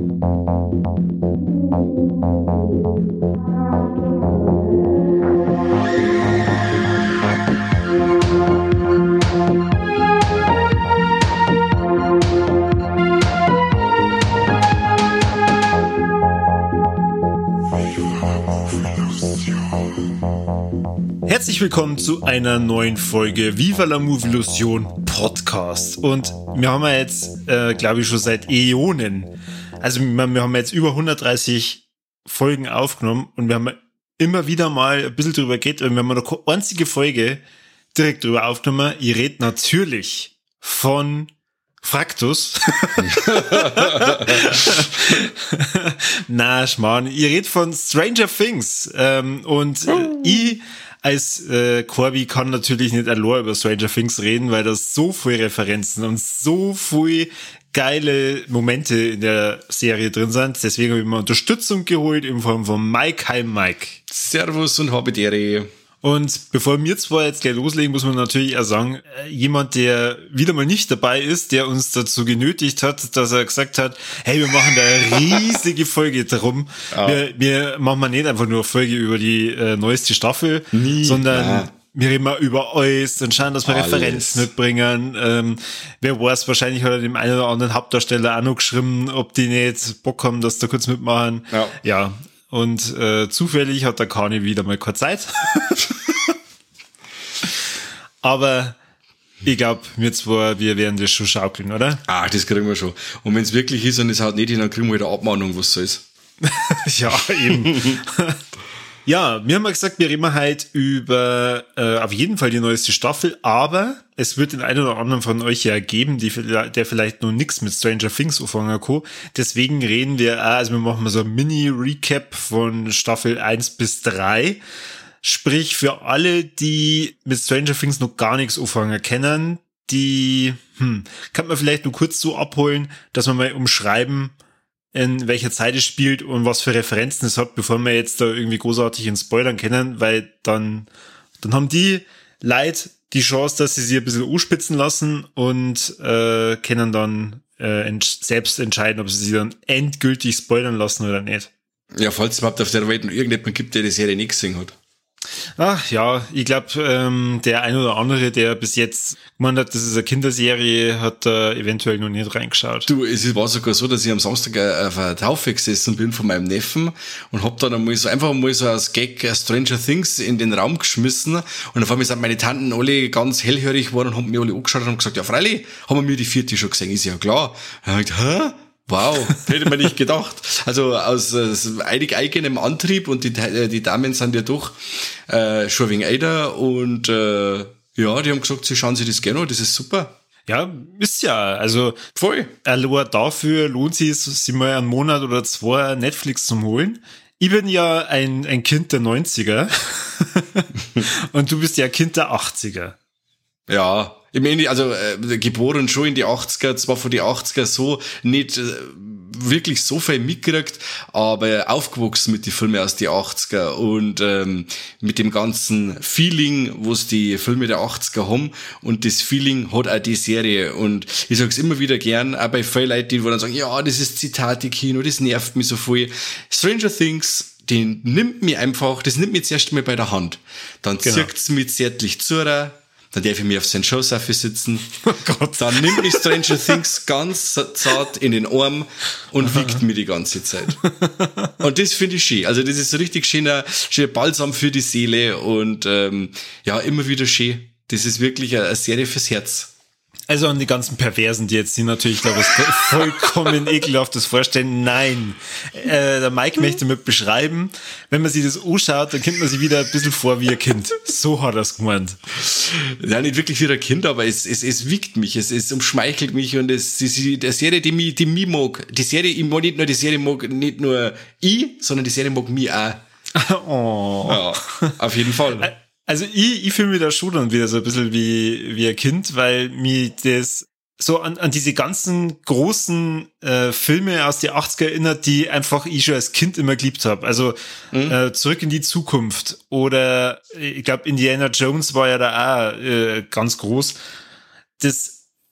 Herzlich willkommen zu einer neuen Folge Viva la Movielusion Podcast. Und wir haben ja jetzt, glaube ich, schon seit Äonen, also wir haben jetzt über 130 Folgen aufgenommen und wir haben immer wieder mal ein bisschen drüber geredet und wir haben noch keine einzige Folge direkt drüber aufgenommen. Ich rede natürlich von Fraktus. Na, Schmarrn. Ich rede von Stranger Things. Ich als Corby kann natürlich nicht allein über Stranger Things reden, weil da so viele Referenzen und so viele geile Momente in der Serie drin sind. Deswegen habe ich mir Unterstützung geholt in Form von Mike. Hi Mike. Servus und habe die Ehre. Und bevor wir zwar jetzt gleich loslegen, muss man natürlich auch sagen, jemand, der wieder mal nicht dabei ist, der uns dazu genötigt hat, dass er gesagt hat, hey, wir machen da eine riesige Folge drum. Ja. Wir machen mal nicht einfach nur eine Folge über die neueste Staffel, sondern wir reden mal über alles und schauen, dass wir alles Referenzen mitbringen. Wer weiß, wahrscheinlich hat er dem einen oder anderen Hauptdarsteller auch noch geschrieben, ob die nicht Bock haben, dass da kurz mitmachen. Ja. Und zufällig hat der Kani wieder mal keine Zeit. Aber ich glaube, wir werden das schon schaukeln, oder? Das kriegen wir schon. Und wenn es wirklich ist und es haut nicht hin, dann kriegen wir wieder Abmahnung, was so ist. Ja, eben. Ja, wir haben mal gesagt, wir reden halt über auf jeden Fall die neueste Staffel, aber es wird den einen oder anderen von euch ja geben, der vielleicht noch nichts mit Stranger Things anfangen kann. Deswegen reden wir wir machen mal so ein Mini-Recap von Staffel 1 bis 3. Sprich, für alle, die mit Stranger Things noch gar nichts anfangen können, die kann man vielleicht nur kurz so abholen, dass wir mal umschreiben, in welcher Zeit es spielt und was für Referenzen es hat, bevor wir jetzt da irgendwie großartig in Spoilern können, weil dann haben die Leute die Chance, dass sie sich ein bisschen anspitzen lassen und können dann selbst entscheiden, ob sie sich dann endgültig spoilern lassen oder nicht. Ja, falls es überhaupt auf der Welt noch irgendjemand gibt, der die Serie nicht gesehen hat. Ach ja, ich glaube, der ein oder andere, der bis jetzt gemeint hat, das ist eine Kinderserie, hat da eventuell noch nicht reingeschaut. Du, es war sogar so, dass ich am Samstag auf einer Taufe gesessen bin von meinem Neffen und hab dann einfach mal so als Gag Stranger Things in den Raum geschmissen und auf einmal sind meine Tanten alle ganz hellhörig geworden und haben mir alle angeschaut und haben gesagt, ja freilich, haben wir die 4. schon gesehen, ist ja klar. Und ich hab gedacht, hä? Wow, hätte man nicht gedacht. Also aus eigenem Antrieb und die Damen sind ja doch schon wegen älter und die haben gesagt, sie schauen sich das gerne an, das ist super. Ja, ist ja, also voll. Allein dafür lohnt sich mal einen Monat oder 2 Netflix zum holen. Ich bin ja ein Kind der 90er und du bist ja Kind der 80er. Ja, ich meine, also geboren schon in die 80er, zwar von die 80er so nicht wirklich so viel mitgekriegt, aber aufgewachsen mit den Filmen aus die 80er und mit dem ganzen Feeling, was die Filme der 80er haben und das Feeling hat auch die Serie und ich sag's immer wieder gern, auch bei vielen Leuten, die dann sagen, ja, das ist Zitate-Kino, das nervt mich so viel. Stranger Things, das nimmt mich zuerst mal bei der Hand. Dann zirkt's mich zärtlich zu, dann darf ich mich auf seinen Showsofa sitzen. Oh Gott. Dann nimmt mich Stranger Things ganz zart in den Arm und wiegt mir die ganze Zeit. Und das finde ich schön. Also das ist so richtig schöner Balsam für die Seele und immer wieder schön. Das ist wirklich eine Serie fürs Herz. Also an die ganzen Perversen, die jetzt natürlich da was vollkommen ekelhaftes vorstellen. Nein, der Mike möchte mit beschreiben, wenn man sich das anschaut, dann kommt man sich wieder ein bisschen vor wie ein Kind. So hat er es gemeint. Ja, nicht wirklich wie ein Kind, aber es wiegt mich, es umschmeichelt mich und die Serie, die mich mag. Die Serie, ich mag nicht nur die Serie, mag nicht nur ich, sondern die Serie mag mich auch. Oh. Ja, auf jeden Fall. Also ich fühle mich da schon dann wieder so ein bisschen wie ein Kind, weil mir das so an diese ganzen großen Filme aus den 80er erinnert, die einfach ich schon als Kind immer geliebt habe. Also Zurück in die Zukunft oder ich glaube Indiana Jones war ja da auch ganz groß. Das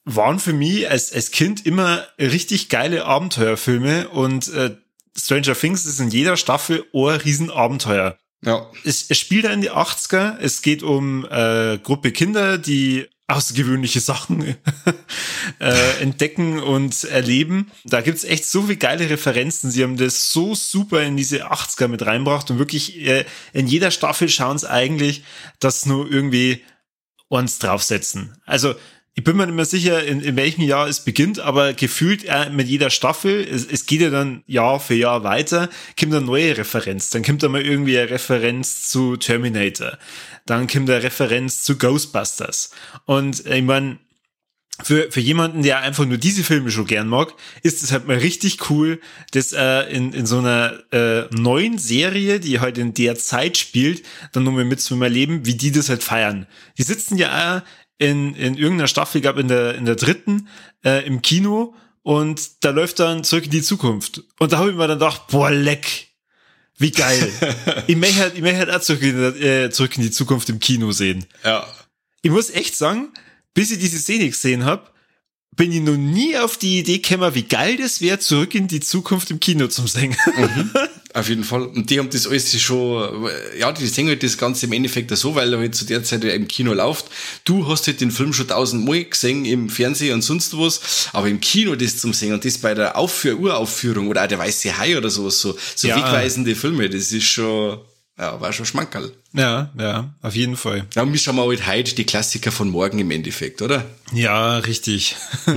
waren für mich als Kind immer richtig geile Abenteuerfilme und Stranger Things ist in jeder Staffel ein Riesenabenteuer. Ja. Es spielt in die 80er, es geht um Gruppe Kinder, die außergewöhnliche Sachen entdecken und erleben. Da gibt's echt so viele geile Referenzen. Sie haben das so super in diese 80er mit reinbracht und wirklich in jeder Staffel schauen es eigentlich, dass nur irgendwie uns draufsetzen. Also ich bin mir nicht mehr sicher, in welchem Jahr es beginnt, aber gefühlt mit jeder Staffel, es geht ja dann Jahr für Jahr weiter, kommt eine neue Referenz. Dann kommt da mal irgendwie eine Referenz zu Terminator. Dann kommt eine Referenz zu Ghostbusters. Und ich meine, für jemanden, der einfach nur diese Filme schon gern mag, ist es halt mal richtig cool, dass in so einer neuen Serie, die halt in der Zeit spielt, dann nochmal erleben, wie die das halt feiern. Die sitzen ja auch in irgendeiner Staffel, ich glaube in der dritten, im Kino und da läuft dann Zurück in die Zukunft. Und da habe ich mir dann gedacht, boah, leck, wie geil. ich möchte halt auch Zurück in die Zukunft im Kino sehen. Ja. Ich muss echt sagen, bis ich diese Szene gesehen habe, bin ich noch nie auf die Idee gekommen, wie geil das wäre, Zurück in die Zukunft im Kino zu sehen. Auf jeden Fall. Und die haben das alles schon, ja, die sehen halt das Ganze im Endeffekt so, weil er halt zu der Zeit im Kino läuft. Du hast halt den Film schon 1000-mal gesehen im Fernsehen und sonst was, aber im Kino das zum Sehen und das bei der Uraufführung oder auch der Weiße Hai oder sowas, so ja, wegweisende Filme, das ist schon, ja, war schon Schmankerl. Ja, auf jeden Fall. Ja, und wir schauen mal halt heute die Klassiker von morgen im Endeffekt, oder? Ja, richtig.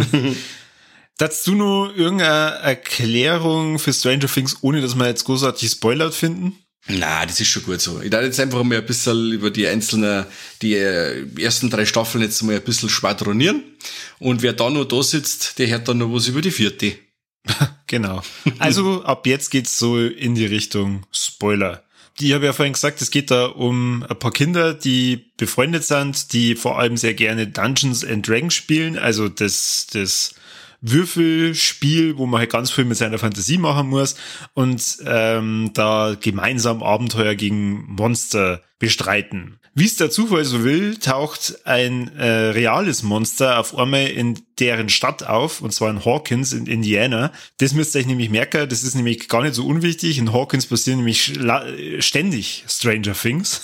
Dazu nur irgendeine Erklärung für Stranger Things, ohne dass wir jetzt großartig spoilert finden? Na, das ist schon gut so. Ich darf jetzt einfach mal ein bisschen über die ersten 3 Staffeln jetzt mal ein bisschen schwadronieren. Und wer da noch da sitzt, der hört dann noch was über die 4. Genau. Also ab jetzt geht's so in die Richtung Spoiler. Ich habe ja vorhin gesagt, es geht da um ein paar Kinder, die befreundet sind, die vor allem sehr gerne Dungeons and Dragons spielen, also das Würfelspiel, wo man halt ganz viel mit seiner Fantasie machen muss und da gemeinsam Abenteuer gegen Monster bestreiten. Wie es der Zufall so will, taucht ein reales Monster auf einmal in deren Stadt auf, und zwar in Hawkins in Indiana. Das müsst ihr euch nämlich merken, das ist nämlich gar nicht so unwichtig. In Hawkins passieren nämlich ständig Stranger Things.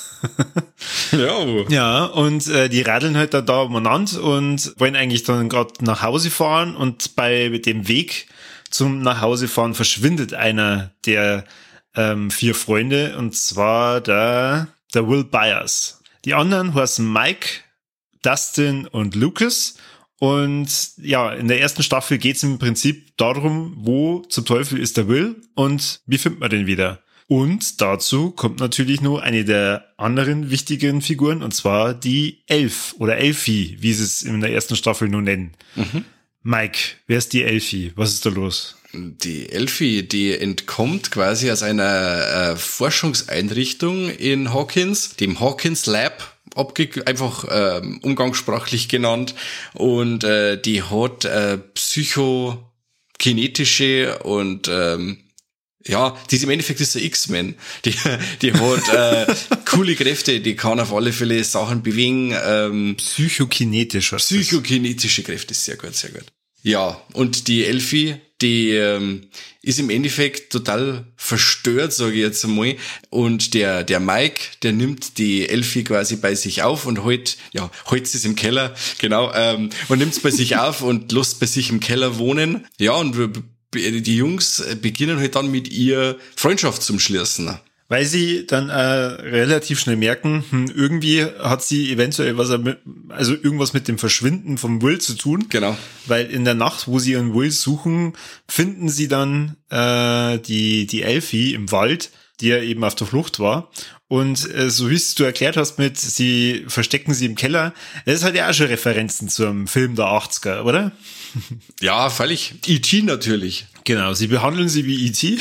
Ja, und die radeln halt da umeinander und wollen eigentlich dann gerade nach Hause fahren, und bei dem Weg zum Nachhausefahren verschwindet einer der 4 Freunde, und zwar der Will Byers. Die anderen heißen Mike, Dustin und Lucas. Und ja, in der ersten Staffel geht es im Prinzip darum, wo zum Teufel ist der Will und wie findet man den wieder. Und dazu kommt natürlich nur eine der anderen wichtigen Figuren, und zwar die Elf oder Elfie, wie sie es in der ersten Staffel nur nennen. Mike, wer ist die Elfie? Was ist da los? Die Elfie, die entkommt quasi aus einer Forschungseinrichtung in Hawkins, dem Hawkins Lab, einfach umgangssprachlich genannt, und die hat psychokinetische und ja, die ist im Endeffekt ist der X-Men. Die hat coole Kräfte, die kann auf alle Fälle Sachen bewegen. Psychokinetische Kräfte, sehr gut, sehr gut. Ja, und die Elfie, die ist im Endeffekt total verstört, sage ich jetzt einmal. Und der Mike, der nimmt die Elfie quasi bei sich auf und hält sie im Keller, genau, und nimmt es bei sich auf und lässt bei sich im Keller wohnen. Ja, und die Jungs beginnen halt dann mit ihr Freundschaft zum Schließen. Weil sie dann relativ schnell merken, irgendwie hat sie eventuell irgendwas mit dem Verschwinden vom Will zu tun. Genau. Weil in der Nacht, wo sie ihren Will suchen, finden sie dann die Elfie im Wald, die ja eben auf der Flucht war. Und so wie es du erklärt hast mit, sie verstecken sie im Keller, das hat ja auch schon Referenzen zum Film der 80er, oder? Ja, völlig. E.T. natürlich. Genau, sie behandeln sie wie E.T.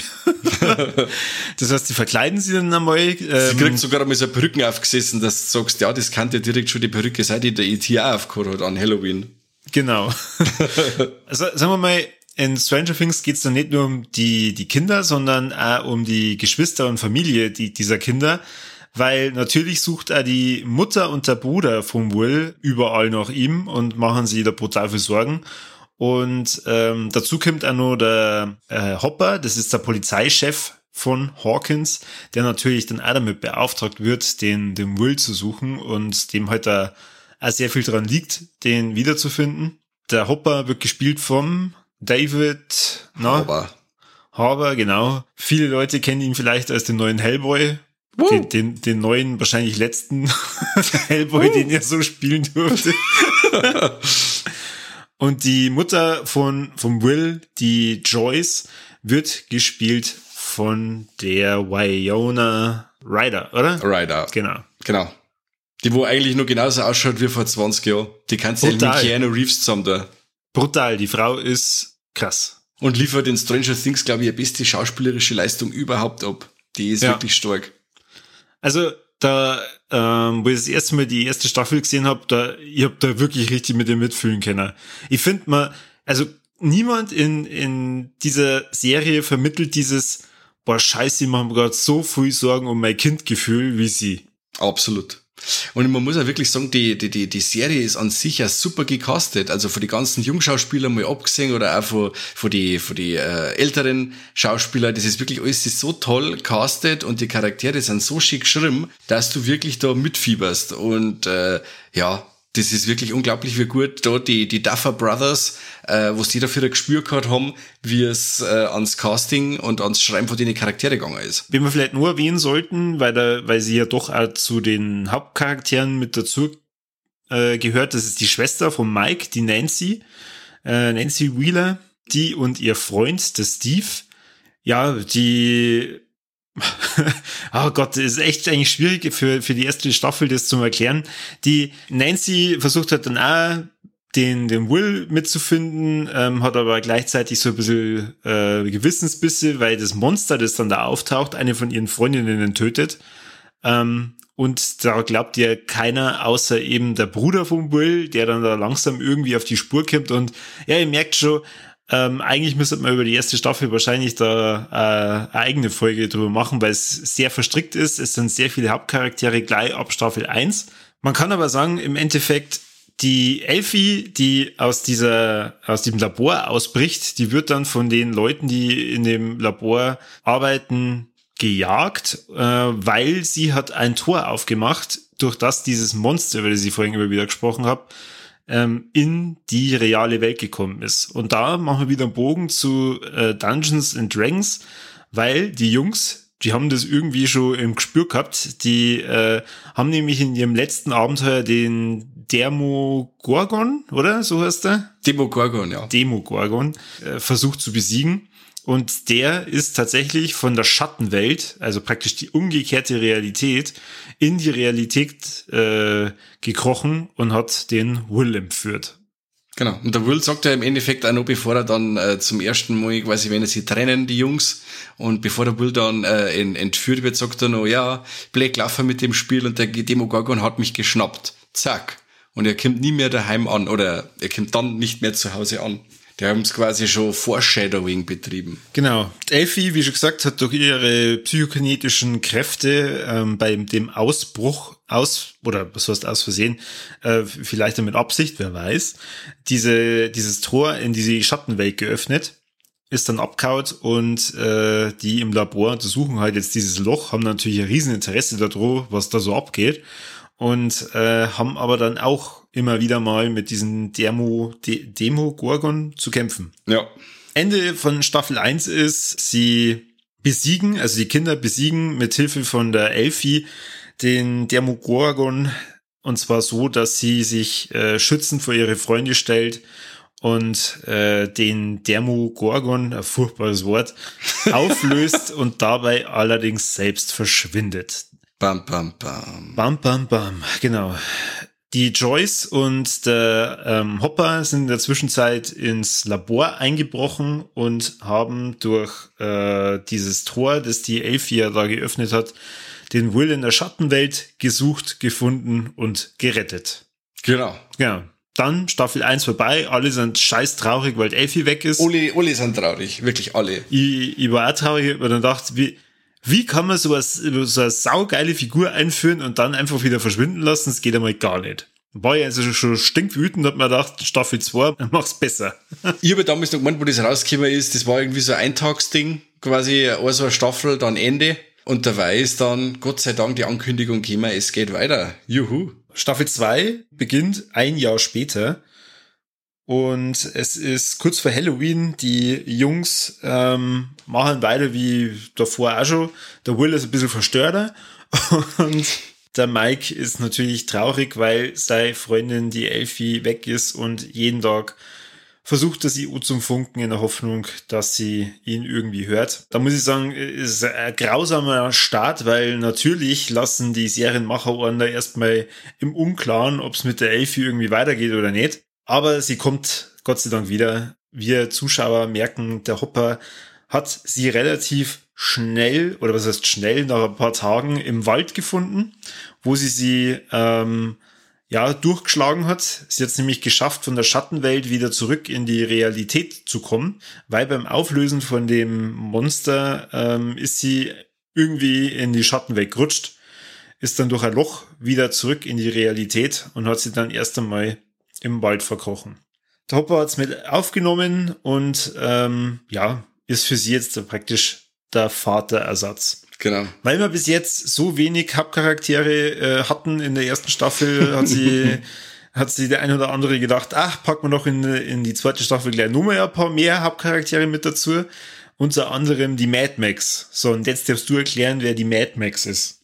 Das heißt, sie verkleiden sie dann einmal. Sie kriegt sogar einmal so eine Perücke aufgesessen, dass du sagst, ja, das kann ja direkt schon die Perücke sein, die der E.T. auch aufgehört hat an Halloween. Genau. Also sagen wir mal, in Stranger Things geht's dann nicht nur um die Kinder, sondern auch um die Geschwister und Familie dieser Kinder, weil natürlich sucht auch die Mutter und der Bruder vom Will überall nach ihm und machen sie da brutal viel Sorgen. Und dazu kommt auch noch der Hopper, das ist der Polizeichef von Hawkins, der natürlich dann auch damit beauftragt wird, den Will zu suchen und dem halt da auch sehr viel dran liegt, den wiederzufinden. Der Hopper wird gespielt vom David Harbour, genau. Viele Leute kennen ihn vielleicht als den neuen Hellboy. Den neuen, wahrscheinlich letzten Hellboy, den er so spielen durfte. Und die Mutter vom Will, die Joyce, wird gespielt von der Winona Ryder, oder? Ryder. Genau. Die, wo eigentlich nur genauso ausschaut wie vor 20 Jahren. Die kannst du ja mit Keanu Reeves zusammen da. Brutal, die Frau ist krass. Und liefert in Stranger Things, glaube ich, die beste schauspielerische Leistung überhaupt ab. Die ist wirklich stark. Also, da, wo ich das erste Mal die erste Staffel gesehen habe, ich habe da wirklich richtig mit dem mitfühlen können. Ich finde niemand in dieser Serie vermittelt dieses, scheiße, ich mache mir gerade so viel Sorgen um mein Kindgefühl wie sie. Absolut. Und man muss ja wirklich sagen, die Serie ist an sich ja super gecastet. Also von die ganzen Jungschauspieler mal abgesehen oder auch von die älteren Schauspieler. Das ist wirklich alles so toll castet und die Charaktere sind so schick geschrieben, dass du wirklich da mitfieberst. Und das ist wirklich unglaublich, wie gut da die Duffer Brothers, was die dafür ein Gespür gehabt haben, wie es ans Casting und ans Schreiben von den Charaktere gegangen ist. Wenn wir vielleicht nur erwähnen sollten, weil sie ja doch auch zu den Hauptcharakteren mit dazu gehört, das ist die Schwester von Mike, die Nancy Wheeler, die und ihr Freund, der Steve. Ja, die oh Gott, das ist echt eigentlich schwierig für die erste Staffel, das zu erklären. Die Nancy versucht halt dann auch, den Will mitzufinden, hat aber gleichzeitig so ein bisschen Gewissensbisse, weil das Monster, das dann da auftaucht, eine von ihren Freundinnen tötet. Und da glaubt ja keiner, außer eben der Bruder vom Will, der dann da langsam irgendwie auf die Spur kommt. Und ja, ihr merkt schon, eigentlich müsste man über die erste Staffel wahrscheinlich da eine eigene Folge drüber machen, weil es sehr verstrickt ist. Es sind sehr viele Hauptcharaktere gleich ab Staffel 1. Man kann aber sagen, im Endeffekt, die Elfie, die aus dem Labor ausbricht, die wird dann von den Leuten, die in dem Labor arbeiten, gejagt, weil sie hat ein Tor aufgemacht, durch das dieses Monster, über das ich vorhin immer wieder gesprochen habe, in die reale Welt gekommen ist. Und da machen wir wieder einen Bogen zu Dungeons and Dragons, weil die Jungs, die haben das irgendwie schon im Gespür gehabt. Die haben nämlich in ihrem letzten Abenteuer den Demogorgon, oder? So heißt der? Demogorgon, ja. Demogorgon versucht zu besiegen. Und der ist tatsächlich von der Schattenwelt, also praktisch die umgekehrte Realität, in die Realität gekrochen und hat den Will entführt. Genau. Und der Will sagt ja im Endeffekt auch noch, bevor er dann zum ersten Mal, quasi, wenn sie trennen, die Jungs, und bevor der Will dann entführt wird, sagt er noch, ja, Blake laufen mit dem Spiel und der Demogorgon hat mich geschnappt. Zack. Und er kommt nie mehr daheim an, oder er kommt dann nicht mehr zu Hause an. Die haben es quasi schon Foreshadowing betrieben. Genau. Elfie, wie schon gesagt, hat durch ihre psychokinetischen Kräfte bei dem Ausbruch oder was heißt aus Versehen, vielleicht mit Absicht, wer weiß, dieses Tor in diese Schattenwelt geöffnet, ist dann abgehauen und die im Labor untersuchen halt jetzt dieses Loch, haben natürlich ein riesen Interesse daran, was da so abgeht, und haben aber dann auch immer wieder mal mit diesem Demogorgon zu kämpfen. Ja. Ende von Staffel 1 ist, die Kinder besiegen mit Hilfe von der Elfie den Demogorgon, und zwar so, dass sie sich schützend vor ihre Freunde stellt und den Demogorgon, ein furchtbares Wort, auflöst und dabei allerdings selbst verschwindet. Bam, bam, bam. Bam, bam, bam, genau. Die Joyce und der Hopper sind in der Zwischenzeit ins Labor eingebrochen und haben durch dieses Tor, das die Elfie ja da geöffnet hat, den Will in der Schattenwelt gesucht, gefunden und gerettet. Genau. Ja. Dann Staffel 1 vorbei, alle sind scheiß traurig, weil Elfie weg ist. Alle sind traurig, wirklich alle. Ich war auch traurig, weil dann dachte, Wie kann man so eine saugeile Figur einführen und dann einfach wieder verschwinden lassen? Das geht einmal gar nicht. War ja also schon stinkwütend, hat man gedacht, Staffel 2, mach's besser. Ich habe damals noch gemeint, wo das rausgekommen ist, das war irgendwie so ein Eintagsding, quasi so eine Staffel, dann Ende. Und dabei ist dann, Gott sei Dank, die Ankündigung gekommen, es geht weiter. Juhu. Staffel 2 beginnt ein Jahr später. Und es ist kurz vor Halloween. Die Jungs machen weiter wie davor auch schon. Der Will ist ein bisschen verstörter. Und der Mike ist natürlich traurig, weil seine Freundin, die Elfie, weg ist und jeden Tag versucht er sie zum Funken in der Hoffnung, dass sie ihn irgendwie hört. Da muss ich sagen, ist ein grausamer Start, weil natürlich lassen die Serienmacher da erstmal im Unklaren, ob es mit der Elfie irgendwie weitergeht oder nicht. Aber sie kommt Gott sei Dank wieder. Wir Zuschauer merken, der Hopper hat sie relativ schnell, oder was heißt schnell, nach ein paar Tagen im Wald gefunden, wo sie durchgeschlagen hat. Sie hat es nämlich geschafft, von der Schattenwelt wieder zurück in die Realität zu kommen, weil beim Auflösen von dem Monster ist sie irgendwie in die Schattenwelt gerutscht, ist dann durch ein Loch wieder zurück in die Realität und hat sie dann erst einmal im Wald verkrochen. Der Hopper hat es mit aufgenommen und ist für sie jetzt praktisch der Vaterersatz. Genau. Weil wir bis jetzt so wenig Hauptcharaktere hatten in der ersten Staffel, hat sie der ein oder andere gedacht, packen wir noch in die zweite Staffel gleich nochmal ein paar mehr Hauptcharaktere mit dazu. Unter anderem die Mad Max. So, und jetzt darfst du erklären, wer die Mad Max ist.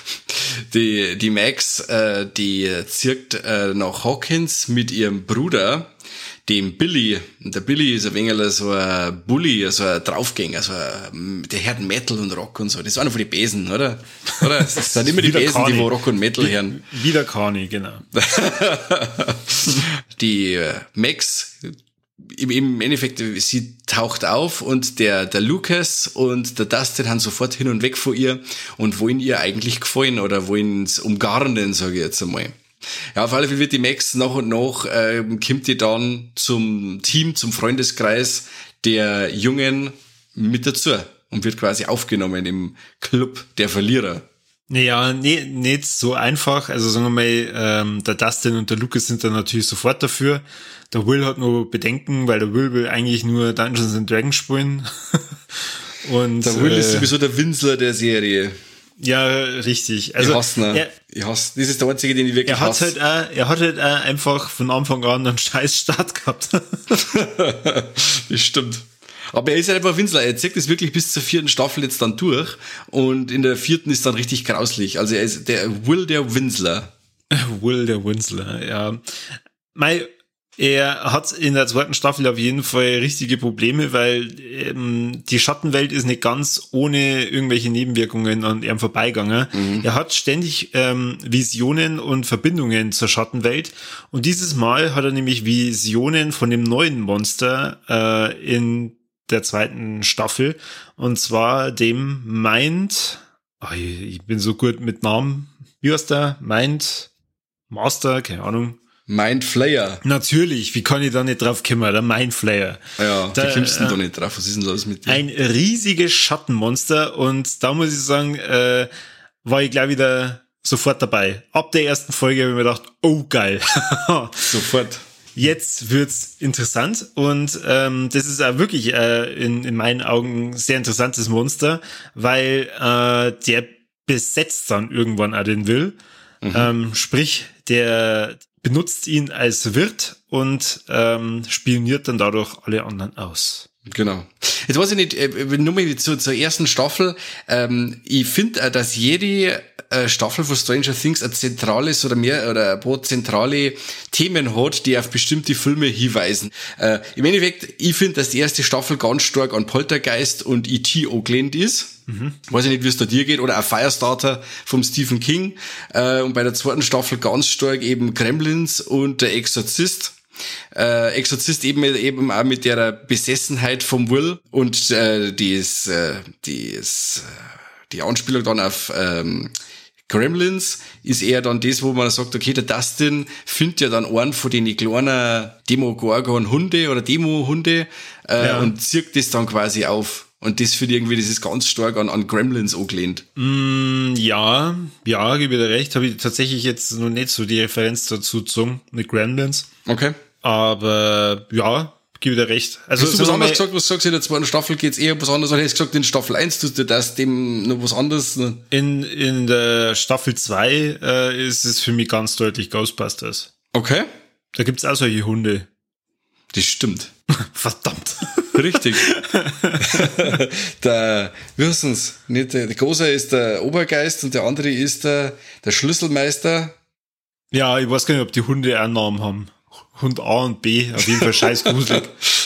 Die Max, die zirkt nach Hawkins mit ihrem Bruder, dem Billy. Und der Billy ist ein wenig so ein Bully, so ein Draufgänger, der hört Metal und Rock und so. Das ist einer von den Besen, oder? Das sind immer die Besen, die wo Rock und Metal hören. Wie der Kani, genau. Die Max, im Endeffekt, sie taucht auf und der Lucas und der Dustin haben sofort hin und weg von ihr und wollen ihr eigentlich gefallen oder wollen es umgarnen, sage ich jetzt einmal. Ja, auf alle Fälle wird die Max nach und nach, kommt die dann zum Team, zum Freundeskreis der Jungen mit dazu und wird quasi aufgenommen im Club der Verlierer. Naja, nicht so einfach. Also sagen wir mal, der Dustin und der Lucas sind dann natürlich sofort dafür. Der Will hat nur Bedenken, weil der will eigentlich nur Dungeons and Dragons spielen. Und der Will ist sowieso der Winsler der Serie. Ja, richtig. Also, ich hasse ihn. Ich hasse. Das ist der einzige, den ich wirklich hasse. Er hat halt auch einfach von Anfang an einen scheiß Start gehabt. Das stimmt. Aber er ist halt einfach Winsler. Er zieht das wirklich bis zur 4. Staffel jetzt dann durch. Und in der 4. ist dann richtig grauslich. Also er ist der Will der Winsler. Will der Winsler, ja. Er hat in der 2. Staffel auf jeden Fall richtige Probleme, weil die Schattenwelt ist nicht ganz ohne irgendwelche Nebenwirkungen an ihm vorbeigegangen. Mhm. Er hat ständig Visionen und Verbindungen zur Schattenwelt. Und dieses Mal hat er nämlich Visionen von dem neuen Monster in der 2. Staffel. Und zwar dem Mind... ich bin so gut mit Namen. Wie heißt der? Mind Master? Keine Ahnung. Mind Flayer. Natürlich, wie kann ich da nicht drauf kommen? Der Mind Flayer. Ja, da kommst du doch nicht drauf. Was ist denn los mit dir? Ein riesiges Schattenmonster und da muss ich sagen, war ich gleich wieder sofort dabei. Ab der ersten Folge habe ich mir gedacht, oh geil. Sofort. Jetzt wird's interessant und das ist auch wirklich in meinen Augen sehr interessantes Monster, weil der besetzt dann irgendwann auch den Will. Mhm. Sprich, der benutzt ihn als Wirt und spioniert dann dadurch alle anderen aus. Genau. Jetzt weiß ich nicht, nur mal zur ersten Staffel. Ich finde, dass jede Staffel von Stranger Things ein zentrales oder ein paar zentrale Themen hat, die auf bestimmte Filme hinweisen. Im Endeffekt, ich finde, dass die erste Staffel ganz stark an Poltergeist und E.T. angelehnt ist. Mhm. Weiß ich nicht, wie es da dir geht. Oder auch Firestarter vom Stephen King. Und bei der 2. Staffel ganz stark eben Gremlins und der Exorzist. Exorzist eben auch mit der Besessenheit vom Will und die Anspielung dann auf Gremlins ist eher dann das, wo man sagt, okay, der Dustin findet ja dann einen von den kleinen Demogorgon-Hunde oder Demo-Hunde und zirkt das dann quasi auf. Und das finde ich irgendwie, das ist ganz stark an Gremlins angelehnt. Ja, gebe ich dir recht. Habe ich tatsächlich jetzt noch nicht so die Referenz dazu gezogen mit Gremlins. Okay. Aber ja, gebe ich dir recht. Also, hast du was anderes gesagt? Was sagst du, in der zweiten Staffel geht's eher was anderes? Oder hast du gesagt, in Staffel 1 tust du das dem noch was anderes? In der Staffel 2 ist es für mich ganz deutlich Ghostbusters. Okay. Da gibt's auch solche Hunde. Das stimmt. Verdammt. Richtig. Wie heißt es? Nicht der Große ist der Obergeist und der andere ist der Schlüsselmeister. Ja, ich weiß gar nicht, ob die Hunde einen Namen haben. Hund A und B, auf jeden Fall scheiß gruselig.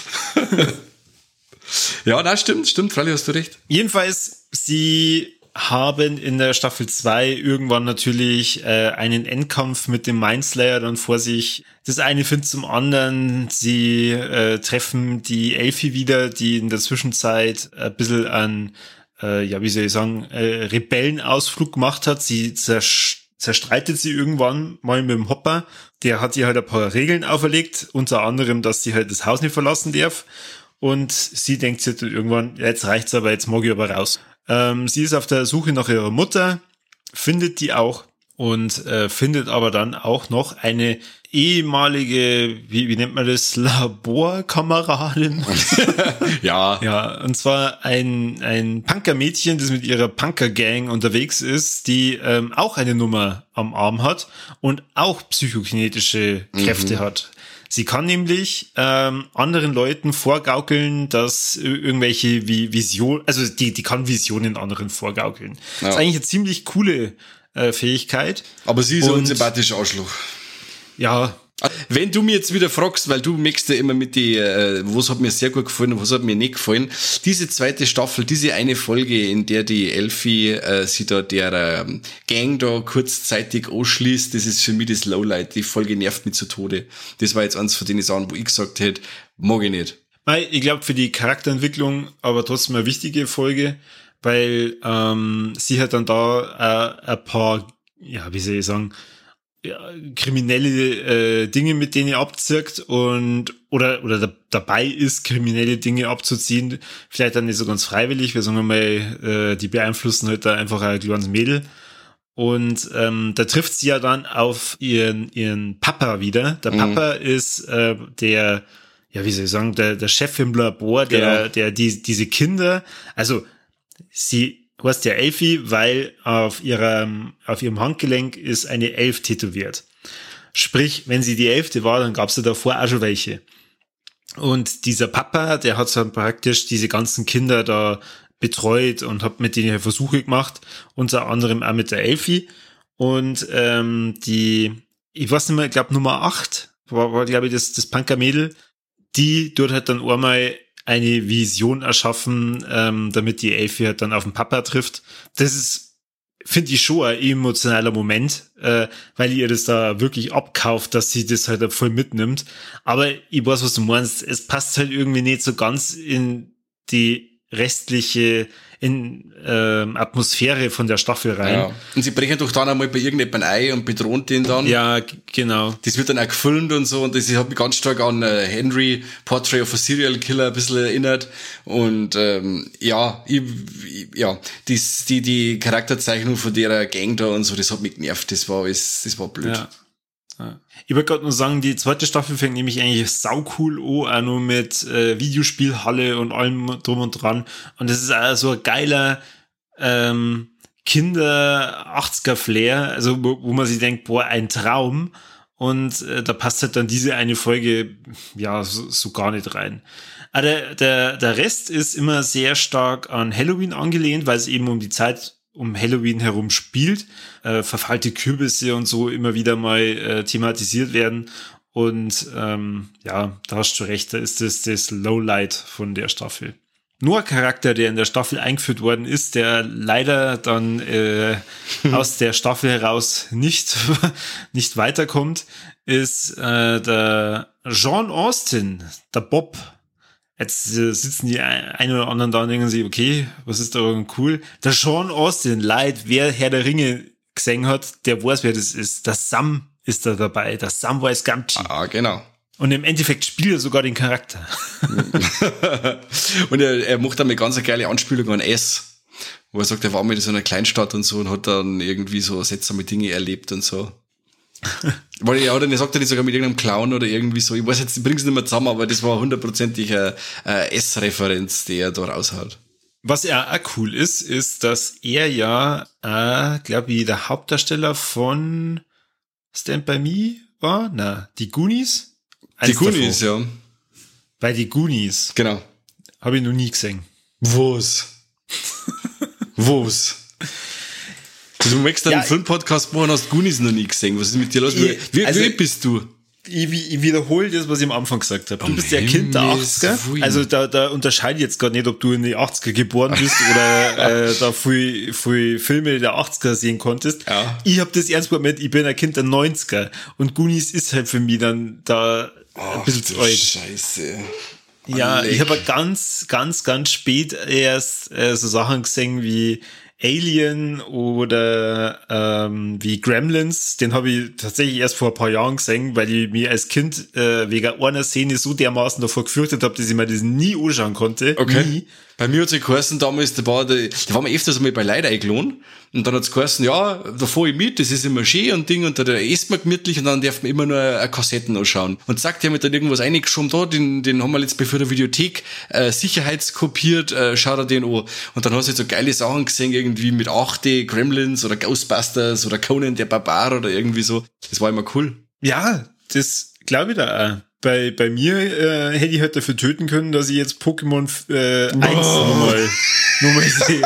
Ja, das stimmt, freilich hast du recht. Jedenfalls, sie haben in der Staffel 2 irgendwann natürlich einen Endkampf mit dem Mindslayer dann vor sich. Das eine findet zum anderen. Sie treffen die Elfie wieder, die in der Zwischenzeit ein bisschen an, Rebellenausflug gemacht hat. Sie zerstreitet sie irgendwann mal mit dem Hopper. Der hat ihr halt ein paar Regeln auferlegt, unter anderem, dass sie halt das Haus nicht verlassen darf. Und sie denkt sich dann irgendwann, jetzt reicht's aber, jetzt mag ich aber raus. Sie ist auf der Suche nach ihrer Mutter, findet die auch und findet aber dann auch noch eine ehemalige, wie nennt man das, Laborkameradin. Ja. Ja, und zwar ein Punkermädchen, das mit ihrer Punker-Gang unterwegs ist, die auch eine Nummer am Arm hat und auch psychokinetische Kräfte hat. Sie kann nämlich anderen Leuten vorgaukeln, dass irgendwelche Visionen, also die kann Visionen anderen vorgaukeln. Ja. Das ist eigentlich eine ziemlich coole Fähigkeit. Aber sie ist ein unsympathischer Arschloch. Ja. Wenn du mir jetzt wieder fragst, weil du merkst ja immer mit die, was hat mir sehr gut gefallen und was hat mir nicht gefallen, diese zweite Staffel, diese eine Folge, in der die Elfie sie da der Gang da kurzzeitig anschließt, das ist für mich das Lowlight. Die Folge nervt mich zu Tode. Das war jetzt eins von den Sachen, wo ich gesagt hätte, mag ich nicht. Ich glaube, für die Charakterentwicklung aber trotzdem eine wichtige Folge, weil sie hat dann da ein paar, ja, wie soll ich sagen, kriminelle Dinge, mit denen ihr abzirkt und oder dabei ist, kriminelle Dinge abzuziehen, vielleicht dann nicht so ganz freiwillig, wir sagen mal, die beeinflussen halt da einfach ein kleines Mädel und da trifft sie ja dann auf ihren Papa wieder. Der Papa ist der, ja, wie soll ich sagen, der Chef im Labor, der diese Kinder, also sie heißt ja Elfie, weil auf ihrem Handgelenk ist eine 11 tätowiert. Sprich, wenn sie die 11. war, dann gab es ja davor auch schon welche. Und dieser Papa, der hat dann praktisch diese ganzen Kinder da betreut und hat mit denen Versuche gemacht, unter anderem auch mit der Elfie. Und ich weiß nicht mehr, ich glaube Nummer 8 war glaube ich, das Punker-Mädel, die dort halt dann einmal eine Vision erschaffen, damit die Elfie halt dann auf den Papa trifft. Das ist, finde ich, schon ein emotionaler Moment, weil ihr das da wirklich abkauft, dass sie das halt voll mitnimmt. Aber ich weiß, was du meinst. Es passt halt irgendwie nicht so ganz in die restliche Atmosphäre von der Staffel rein. Ja. Und sie brechen doch dann einmal bei irgendjemandem ein und bedrohen den dann. Ja, genau. Das wird dann auch gefilmt und so und das hat mich ganz stark an Henry, Portrait of a Serial Killer ein bisschen erinnert und die Charakterzeichnung von der Gang da und so, das hat mich genervt, das war blöd. Ja. Ich wollte gerade nur sagen, die zweite Staffel fängt nämlich eigentlich saucool an, auch nur mit Videospielhalle und allem drum und dran. Und das ist auch so ein geiler Kinder-80er-Flair, also wo man sich denkt, boah, ein Traum. Und da passt halt dann diese eine Folge ja so gar nicht rein. Aber der Rest ist immer sehr stark an Halloween angelehnt, weil es eben um die Zeit um Halloween herum spielt, verfallte Kürbisse und so immer wieder mal thematisiert werden und da hast du recht, da ist das Lowlight von der Staffel. Nur ein Charakter, der in der Staffel eingeführt worden ist, der leider dann aus der Staffel heraus nicht weiterkommt, ist der John Austin, der Bob. Jetzt sitzen die einen oder anderen da und denken sich, okay, was ist da cool? Der Sean Austin, wer Herr der Ringe gesehen hat, der weiß, wer das ist. Der Sam ist da dabei, der Samwise Gamgee. Ah, genau. Und im Endeffekt spielt er sogar den Charakter. Und er macht dann eine ganz geile Anspielung an S, wo er sagt, er war mit in so einer Kleinstadt und so und hat dann irgendwie so seltsame Dinge erlebt und so. Weil ja, oder er sagt er nicht sogar mit irgendeinem Clown oder irgendwie so. Ich weiß jetzt, ich bring's nicht mehr zusammen, aber das war hundertprozentig eine S-Referenz, die er da raushaut. Was ja auch cool ist, dass er ja, glaube ich, der Hauptdarsteller von Stand By Me war. Na, die Goonies? Die Goonies, ja. Bei die Goonies. Genau. Habe ich noch nie gesehen. Was? Du möchtest einen Filmpodcast machen und hast Goonies noch nie gesehen. Was ist mit dir los? Wie bist du? Ich wiederhole das, was ich am Anfang gesagt habe. Du bist ja Kind der 80er. Also da unterscheide ich jetzt gar nicht, ob du in die 80er geboren bist oder da viel Filme der 80er sehen konntest. Ja. Ich habe das ernst gemeint, ich bin ein Kind der 90er. Und Goonies ist halt für mich dann da ein bisschen zu alt. Scheiße. Ja, ich habe ganz spät erst so Sachen gesehen wie Alien oder wie Gremlins. Den habe ich tatsächlich erst vor ein paar Jahren gesehen, weil ich mich als Kind wegen einer Szene so dermaßen davor gefürchtet habe, dass ich mir das nie anschauen konnte. Okay. Nie. Bei mir hat's geheißen, damals, da waren wir öfters einmal bei Leuten eingeladen. Und dann hat's geheißen, ja, da fahr ich mit, das ist immer schön und Ding, und da isst man gemütlich und dann darf man immer nur Kassetten anschauen. Und sagt, die haben mir dann irgendwas eingeschoben da, den haben wir jetzt bei der Videothek sicherheitskopiert, schaut er den an. Und dann hast du jetzt so geile Sachen gesehen, irgendwie mit 8D, Gremlins oder Ghostbusters oder Conan der Barbar oder irgendwie so. Das war immer cool. Ja, das glaube ich da auch. Bei mir hätte ich halt dafür töten können, dass ich jetzt Pokémon 1 nochmal sehe.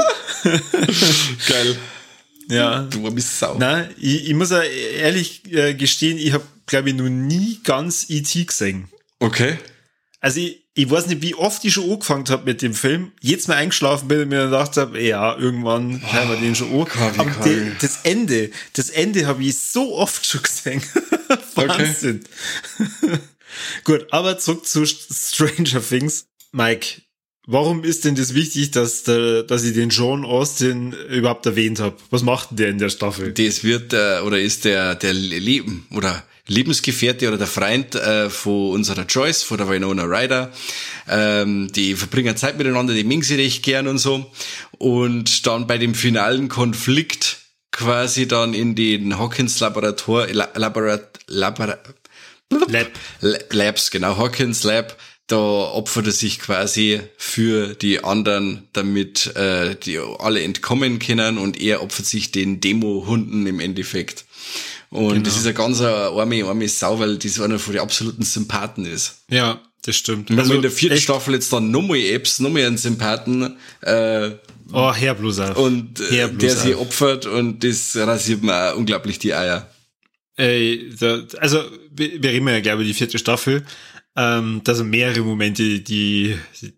Geil. Ja. Du bist Sau. Nein, ich muss ja ehrlich gestehen, ich habe, glaube ich, noch nie ganz E.T. gesehen. Okay. Also ich weiß nicht, wie oft ich schon angefangen habe mit dem Film. Jetzt mal eingeschlafen bin und mir gedacht habe, ja, irgendwann hören wir den schon an. Aber das Ende habe ich so oft schon gesehen. Wahnsinn. Okay. Gut, aber zurück zu Stranger Things. Mike, warum ist denn das wichtig, dass ich den Sean Astin überhaupt erwähnt habe? Was macht denn der in der Staffel? Das wird oder ist der Leben oder Lebensgefährte oder der Freund von unserer Joyce, von der Winona Ryder. Die verbringen Zeit miteinander, die mögen sie recht gern und so. Und dann bei dem finalen Konflikt quasi dann in den Hawkins Labs, genau, Hawkins Lab, da opfert er sich quasi für die anderen, damit die alle entkommen können, und er opfert sich den Demo-Hunden im Endeffekt. Und genau. Das ist eine ganz arme Sau, weil das einer von den absoluten Sympathen ist. Ja, das stimmt. Und also in der 4. Staffel jetzt dann nochmal einen Sympathen, Herr Bluser. Und der sich opfert, und das rasiert mir auch unglaublich die Eier. Also wir reden ja, glaube ich, die 4. Staffel. Da sind mehrere Momente, die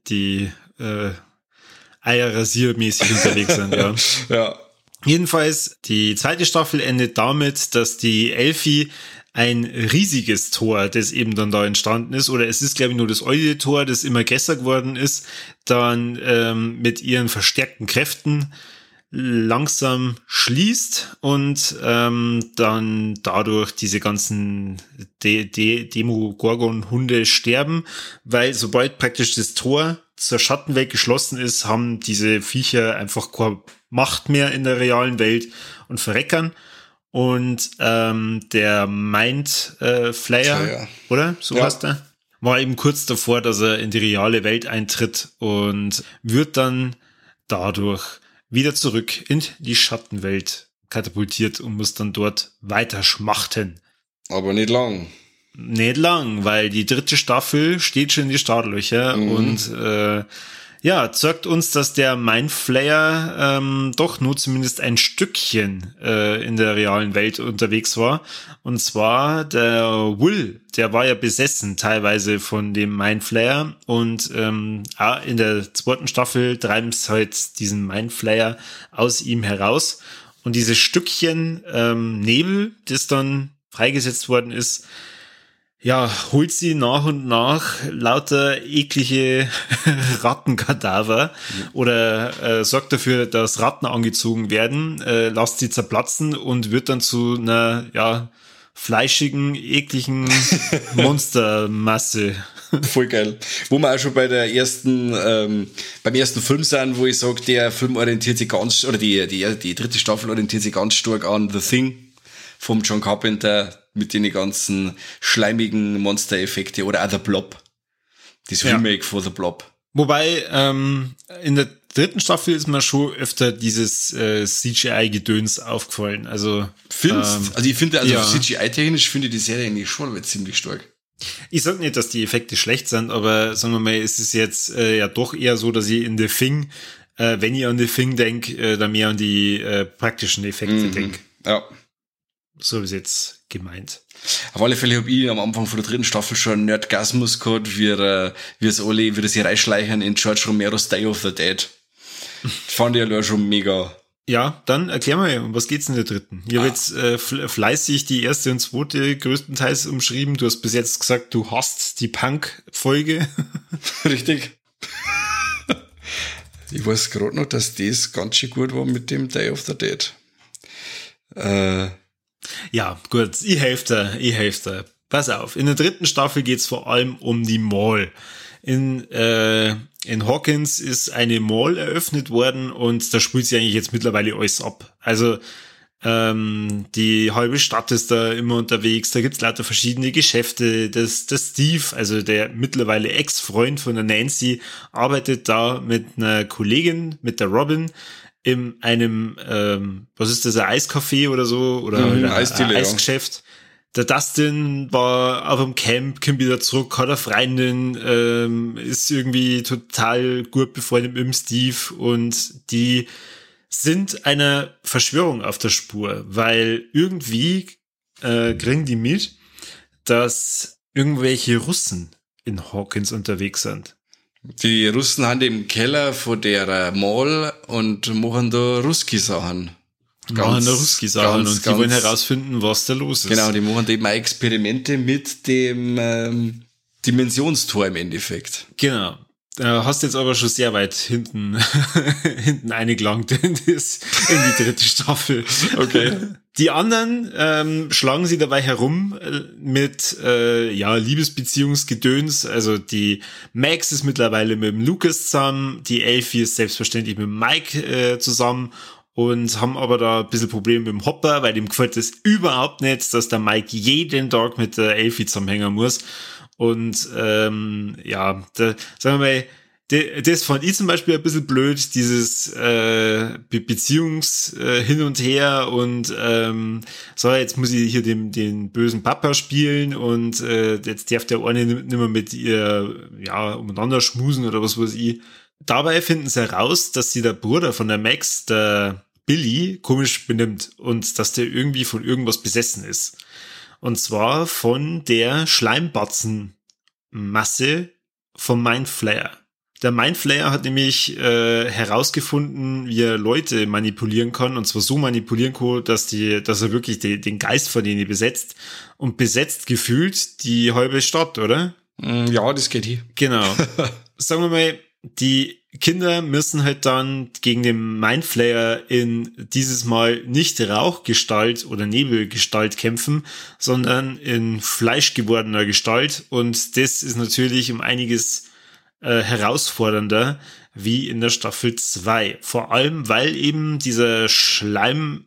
eierrasiermäßig unterwegs sind, ja. Ja. Jedenfalls, die 2. Staffel endet damit, dass die Elfie ein riesiges Tor, das eben dann da entstanden ist, oder es ist, glaube ich, nur das alte Tor, das immer größer geworden ist, dann mit ihren verstärkten Kräften langsam schließt und dann dadurch diese ganzen Demogorgon-Hunde sterben, weil sobald praktisch das Tor zur Schattenwelt geschlossen ist, haben diese Viecher einfach keine Macht mehr in der realen Welt und verreckern. Und der Mindflayer, oder? So ja. heißt er. War eben kurz davor, dass er in die reale Welt eintritt und wird dann dadurch wieder zurück in die Schattenwelt katapultiert und muss dann dort weiter schmachten. Aber nicht lang. Nicht lang, weil die 3. Staffel steht schon in die Startlöcher und zeigt uns, dass der Mindflayer doch nur zumindest ein Stückchen in der realen Welt unterwegs war. Und zwar der Will, der war ja besessen teilweise von dem Mindflayer. Und in der 2. Staffel treiben sie halt diesen Mindflayer aus ihm heraus. Und dieses Stückchen Nebel, das dann freigesetzt worden ist, ja, holt sie nach und nach lauter eklige Rattenkadaver oder sorgt dafür, dass Ratten angezogen werden, lasst sie zerplatzen und wird dann zu einer, fleischigen, ekligen Monstermasse. Voll geil. Wo wir auch schon bei der beim ersten Film sind, wo ich sage, der Film orientiert sich ganz, oder die dritte Staffel orientiert sich ganz stark an The Thing vom John Carpenter mit den ganzen schleimigen Monster-Effekte oder auch The Blob. Das Remake von The Blob. Wobei, in der dritten Staffel ist mir schon öfter dieses CGI-Gedöns aufgefallen. Also findest? Also ich finde, CGI-technisch finde ich die Serie eigentlich schon ziemlich stark. Ich sag nicht, dass die Effekte schlecht sind, aber sagen wir mal, es ist jetzt ja doch eher so, dass ich in The Thing, wenn ich an The Thing denke, dann mehr an die praktischen Effekte denke. Ja. So habe ich es jetzt gemeint. Auf alle Fälle habe ich am Anfang von der dritten Staffel schon einen Nerdgasmus gehabt, wie sie reinschleichen in George Romero's Day of the Dead. Fand ich ja schon mega. Ja, dann erklär mal, um was geht's in der dritten? Ich habe jetzt fleißig die erste und zweite größtenteils umschrieben. Du hast bis jetzt gesagt, du hasst die Punk-Folge. Richtig. Ich weiß gerade noch, dass das ganz schön gut war mit dem Day of the Dead. Ja, gut, ich helfe dir. Pass auf, in der dritten Staffel geht's vor allem um die Mall. In Hawkins ist eine Mall eröffnet worden und da spielt sich eigentlich jetzt mittlerweile alles ab. Also die halbe Stadt ist da immer unterwegs, da gibt's lauter verschiedene Geschäfte. Der Steve, also der mittlerweile Ex-Freund von der Nancy, arbeitet da mit einer Kollegin, mit der Robin, in einem, was ist das, ein Eiscafé oder so? Oder ein Eisgeschäft. Der Dustin war auf dem Camp, kommt wieder zurück, hat eine Freundin, ist irgendwie total gut befreundet mit dem Steve und die sind einer Verschwörung auf der Spur, weil irgendwie kriegen die mit, dass irgendwelche Russen in Hawkins unterwegs sind. Die Russen haben im Keller von der Mall und machen da Ruski-Sachen. Und die wollen herausfinden, was da los ist. Genau, die machen eben auch Experimente mit dem Dimensionstor im Endeffekt. Genau. Hast jetzt aber schon sehr weit hinten eingelangt in die dritte Staffel. Okay. Die anderen schlagen sie dabei herum mit Liebesbeziehungsgedöns. Also die Max ist mittlerweile mit dem Lucas zusammen, die Elfie ist selbstverständlich mit dem Mike zusammen und haben aber da ein bisschen Probleme mit dem Hopper, weil dem gefällt es überhaupt nicht, dass der Mike jeden Tag mit der Elfie zusammenhängen muss. Und sagen wir mal, das fand ich zum Beispiel ein bisschen blöd, dieses Beziehungs hin und her und jetzt muss ich hier den bösen Papa spielen und jetzt darf der eine nicht mehr mit ihr umeinander schmusen oder was weiß ich. Dabei finden sie heraus, dass sie der Bruder von der Max, der Billy, komisch benimmt und dass der irgendwie von irgendwas besessen ist. Und zwar von der Schleimbatzenmasse vom Mindflayer. Der Mindflayer hat nämlich herausgefunden, wie er Leute manipulieren kann, und zwar so manipulieren kann, dass er wirklich den Geist von denen besetzt und besetzt gefühlt die halbe Stadt, oder? Ja, das geht hier. Genau. Sagen wir mal, die Kinder müssen halt dann gegen den Mindflayer in dieses Mal nicht Rauchgestalt oder Nebelgestalt kämpfen, sondern in fleischgewordener Gestalt, und das ist natürlich um einiges herausfordernder wie in der Staffel 2. Vor allem, weil eben dieser Schleim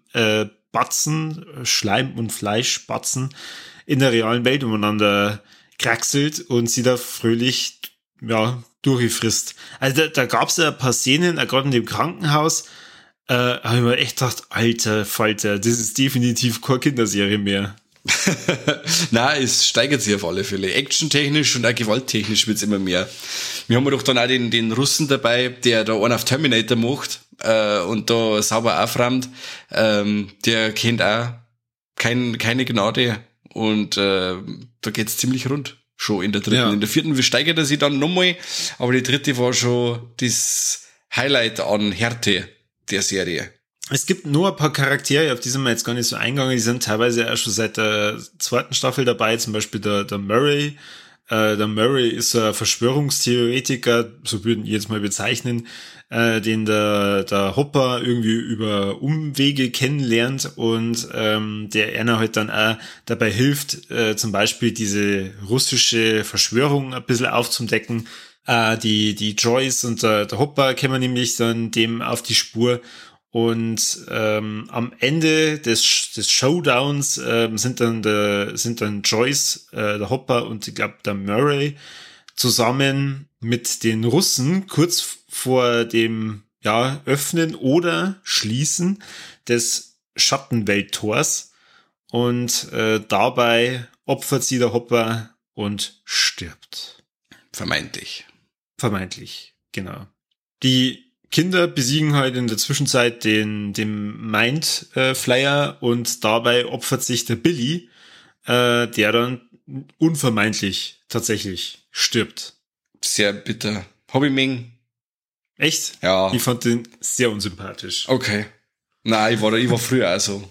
und Fleischbatzen in der realen Welt umeinander kraxelt und sie da fröhlich durchfrisst. Also da gab es ja ein paar Szenen, gerade in dem Krankenhaus, habe ich mir echt gedacht, alter Falter, das ist definitiv keine Kinderserie mehr. Nein, es steigert sich auf alle Fälle. Actiontechnisch und auch gewalttechnisch wird's immer mehr. Wir haben ja doch dann auch den Russen dabei, der da einen auf Terminator macht und da sauber aufräumt. Der kennt auch keine Gnade und da geht's ziemlich rund. Schon in der dritten. Ja. In der vierten steigert er sich dann nochmal, aber die dritte war schon das Highlight an Härte der Serie. Es gibt nur ein paar Charaktere, auf die sind wir jetzt gar nicht so eingegangen, die sind teilweise auch schon seit der zweiten Staffel dabei, zum Beispiel der Murray, Der Murray ist ein Verschwörungstheoretiker, so würden die jetzt mal bezeichnen, den der Hopper irgendwie über Umwege kennenlernt und der Erna halt dann auch dabei hilft, zum Beispiel diese russische Verschwörung ein bisschen aufzudecken. Die Joyce und der Hopper kämen nämlich dann dem auf die Spur. Und am Ende des Showdowns sind dann Joyce, der Hopper und ich glaube der Murray zusammen mit den Russen kurz vor dem Öffnen oder Schließen des Schattenwelttors und dabei opfert sie der Hopper und stirbt. Vermeintlich, genau. Die Kinder besiegen halt in der Zwischenzeit den Mind Flayer und dabei opfert sich der Billy, der dann unvermeintlich tatsächlich stirbt. Sehr bitter. Hobby Ming. Echt? Ja. Ich fand den sehr unsympathisch. Okay. Nein, ich war früher auch so.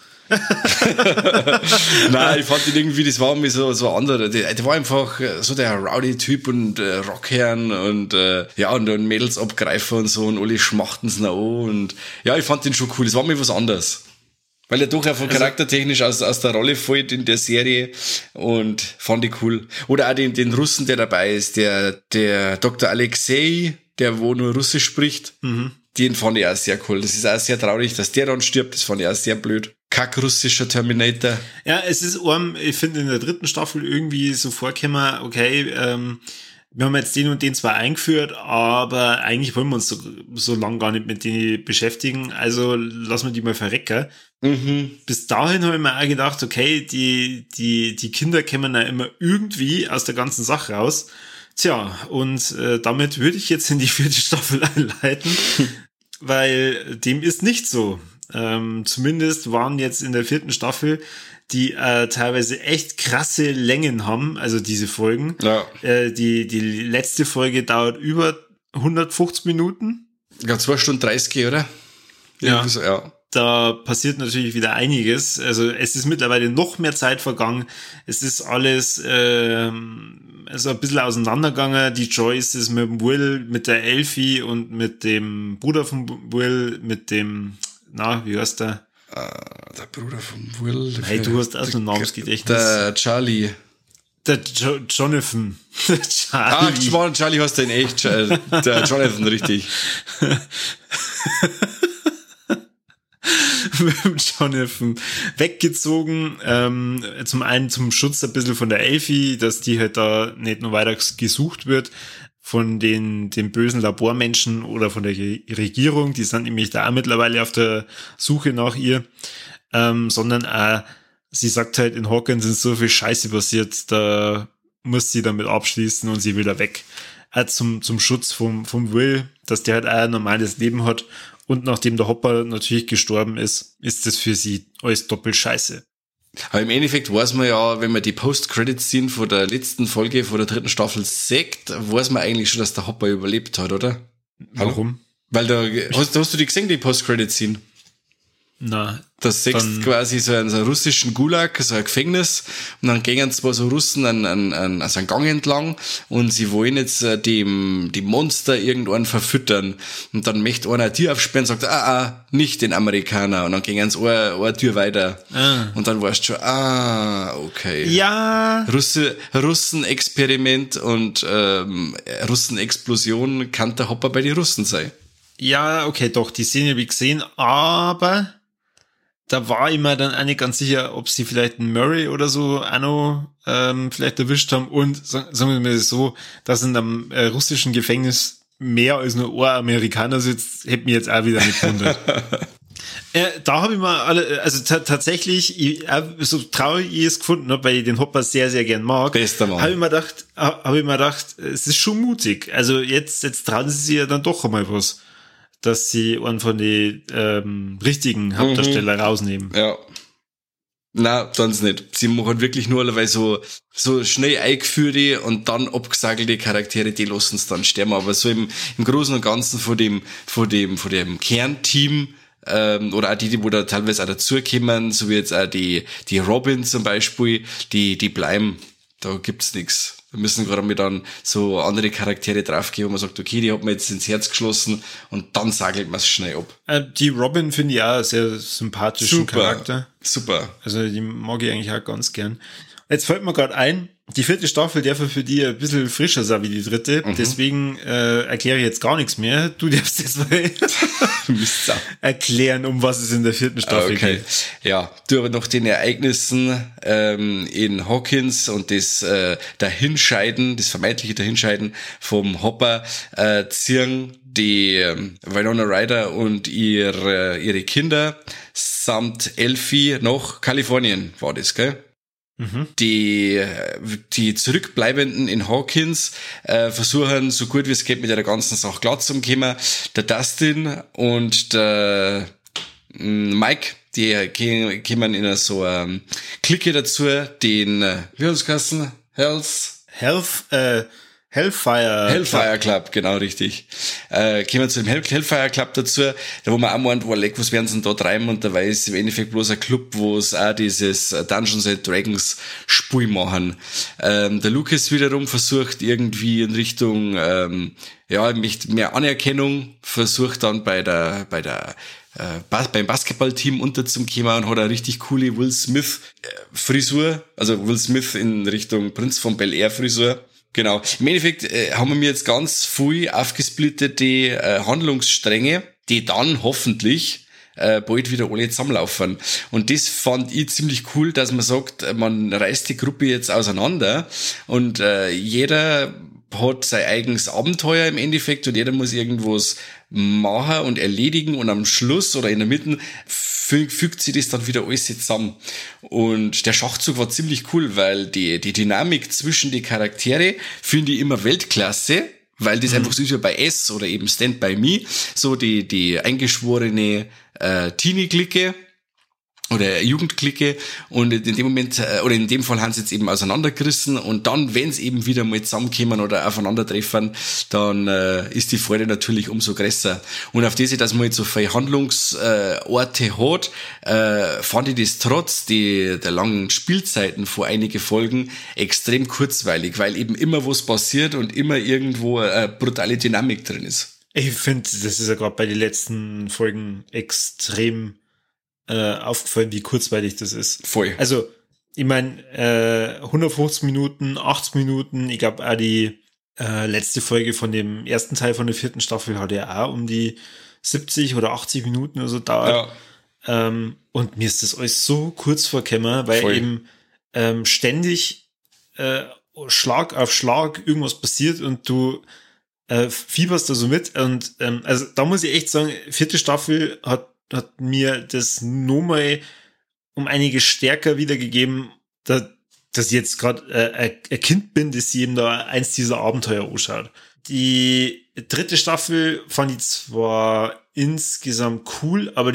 Nein, ich fand ihn irgendwie, das war mir so andere. Der war einfach so der Rowdy-Typ und Rockherrn und und dann Mädels abgreifen und so und alle schmachten's noch an und ja, ich fand den schon cool. Das war mir was anderes. Weil er doch einfach charaktertechnisch aus der Rolle fällt in der Serie und fand ich cool. Oder auch den Russen, der dabei ist, der Dr. Alexei, der wo nur Russisch spricht. Mhm. Den fand ich auch sehr cool. Das ist auch sehr traurig, dass der dann stirbt. Das fand ich auch sehr blöd. Kack-russischer Terminator. Ja, es ist ich finde in der 3. Staffel irgendwie so vorgekommen, okay, wir haben jetzt den und den zwar eingeführt, aber eigentlich wollen wir uns so lang gar nicht mit denen beschäftigen, also lassen wir die mal verrecken. Mhm. Bis dahin habe ich mir auch gedacht, okay, die Kinder kommen ja immer irgendwie aus der ganzen Sache raus. Tja, und damit würde ich jetzt in die 4. Staffel einleiten, weil dem ist nicht so. Zumindest waren jetzt in der 4. Staffel, die teilweise echt krasse Längen haben, also diese Folgen. Ja. Die letzte Folge dauert über 150 Minuten. Ja, 2 Stunden 30, oder? Ja. Da passiert natürlich wieder einiges. Also es ist mittlerweile noch mehr Zeit vergangen. Es ist alles also ein bisschen auseinandergegangen. Die Joyce ist mit dem Will, mit der Elfie und mit dem Bruder von Will, mit dem, wie heißt der? Der Bruder von Will. Hey, du hast auch so ein Namensgedächtnis. Der Charlie. Der Jonathan. Charlie. Charlie heißt der in echt. Der Jonathan, richtig. Mit dem Jonathan weggezogen, zum einen zum Schutz ein bisschen von der Elfie, dass die halt da nicht noch weiter gesucht wird von den bösen Labormenschen oder von der Regierung, die sind nämlich da auch mittlerweile auf der Suche nach ihr, sondern auch, sie sagt halt, in Hawkins ist so viel Scheiße passiert, da muss sie damit abschließen und sie will da weg. Zum Schutz vom Will, dass der halt auch ein normales Leben hat. Und nachdem der Hopper natürlich gestorben ist das für sie alles doppelt scheiße. Aber im Endeffekt weiß man ja, wenn man die Post-Credits-Scene von der letzten Folge von der 3. Staffel sieht, weiß man eigentlich schon, dass der Hopper überlebt hat, oder? Warum? Weil hast du die gesehen, die Post-Credits-Scene? Na, das siehst quasi so einen russischen Gulag, so ein Gefängnis, und dann gehen zwar so Russen an einen Gang entlang und sie wollen jetzt die Monster irgendwann verfüttern und dann möchte einer eine Tür aufsperren und sagt, nicht den Amerikaner, und dann gehen sie eine Tür weiter und dann weißt du schon, okay. Ja. Russen-Experiment und Russen-Explosion kann der Hopper bei den Russen sein. Ja, okay, doch, die Szene habe ich gesehen, aber da war ich mir dann auch nicht ganz sicher, ob sie vielleicht einen Murray oder so auch noch vielleicht erwischt haben. Und sagen wir mal so, dass in einem russischen Gefängnis mehr als nur ein Amerikaner sitzt, hätte mich jetzt auch wieder nicht gewundert. Da habe ich mal tatsächlich, so traurig ich es gefunden habe, weil ich den Hopper sehr, sehr gern mag, habe ich mir gedacht, es ist schon mutig. Also jetzt trauen sie sich ja dann doch einmal was, dass sie einen von den richtigen Hauptdarsteller rausnehmen. Ja. Na, sonst nicht. Sie machen wirklich nur allerweil so schnell eingeführte und dann abgesagelte Charaktere, die lassen es dann sterben. Aber so im Großen und Ganzen von dem Kernteam, oder auch die wo da teilweise auch dazukommen, so wie jetzt auch die Robin zum Beispiel, die bleiben. Da gibt's nichts. Da müssen gerade mal dann so andere Charaktere draufgehen, wo man sagt, okay, die hat man jetzt ins Herz geschlossen und dann sagelt man es schnell ab. Die Robin finde ich auch einen sehr sympathischen Charakter. Super. Also die mag ich eigentlich auch ganz gern. Jetzt fällt mir gerade ein, die 4. Staffel darf für die ein bisschen frischer sein wie die 3. Deswegen erkläre ich jetzt gar nichts mehr. Du darfst jetzt mal erklären, um was es in der 4. Staffel geht. Ja, du aber noch den Ereignissen in Hawkins und das Dahinscheiden, das vermeintliche Dahinscheiden vom Hopper ziehen die Winona Ryder und ihre Kinder samt Elfie nach Kalifornien, war das, gell? Die Zurückbleibenden in Hawkins versuchen, so gut wie es geht, mit der ganzen Sache klar zu kommen. Der Dustin und der Mike, die kommen in so Clique dazu, den, wie heißt das heißen? Hellfire Club, genau, richtig. Kommen zu dem Hellfire Club dazu, da wo man auch meint, was werden sie denn da treiben, und dabei ist im Endeffekt bloß ein Club, wo es auch dieses Dungeons and Dragons Spiel machen. Der Lucas wiederum versucht irgendwie in Richtung, mehr Anerkennung, versucht dann beim Basketballteam unterzukommen und hat eine richtig coole Will Smith Frisur, also Will Smith in Richtung Prinz von Bel-Air Frisur. Genau. Im Endeffekt haben wir jetzt ganz viel aufgesplittete Handlungsstränge, die dann hoffentlich bald wieder alle zusammenlaufen. Und das fand ich ziemlich cool, dass man sagt, man reißt die Gruppe jetzt auseinander und jeder hat sein eigenes Abenteuer im Endeffekt und jeder muss irgendwas machen und erledigen und am Schluss oder in der Mitte fügt sich das dann wieder alles zusammen. Und der Schachzug war ziemlich cool, weil die Dynamik zwischen die Charaktere finde ich immer Weltklasse, weil das einfach so ist wie bei S oder eben Stand By Me, so die eingeschworene Teenie-Clique oder Jugendklicke, und in dem Moment, oder in dem Fall haben sie jetzt eben auseinandergerissen, und dann, wenn sie eben wieder mal zusammenkommen oder aufeinandertreffen, dann ist die Freude natürlich umso größer. Und auf diese, dass man jetzt so viele Handlungsorte hat, fand ich das trotz der langen Spielzeiten vor einige Folgen extrem kurzweilig, weil eben immer was passiert und immer irgendwo eine brutale Dynamik drin ist. Ich finde, das ist ja gerade bei den letzten Folgen extrem aufgefallen, wie kurzweilig das ist. Voll. Also, ich meine, 150 Minuten, 80 Minuten, ich glaube auch die letzte Folge von dem ersten Teil von der 4. Staffel hat ja auch um die 70 oder 80 Minuten oder so dauert. Ja. Und mir ist das alles so kurz vorgekommen, weil Voll. eben ständig Schlag auf Schlag irgendwas passiert und du fieberst da so mit. Und also da muss ich echt sagen, 4. Staffel hat mir das nochmal um einiges stärker wiedergegeben, dass ich jetzt gerade ein Kind bin, das eben da eins dieser Abenteuer anschaut. Die 3. Staffel fand ich zwar insgesamt cool, aber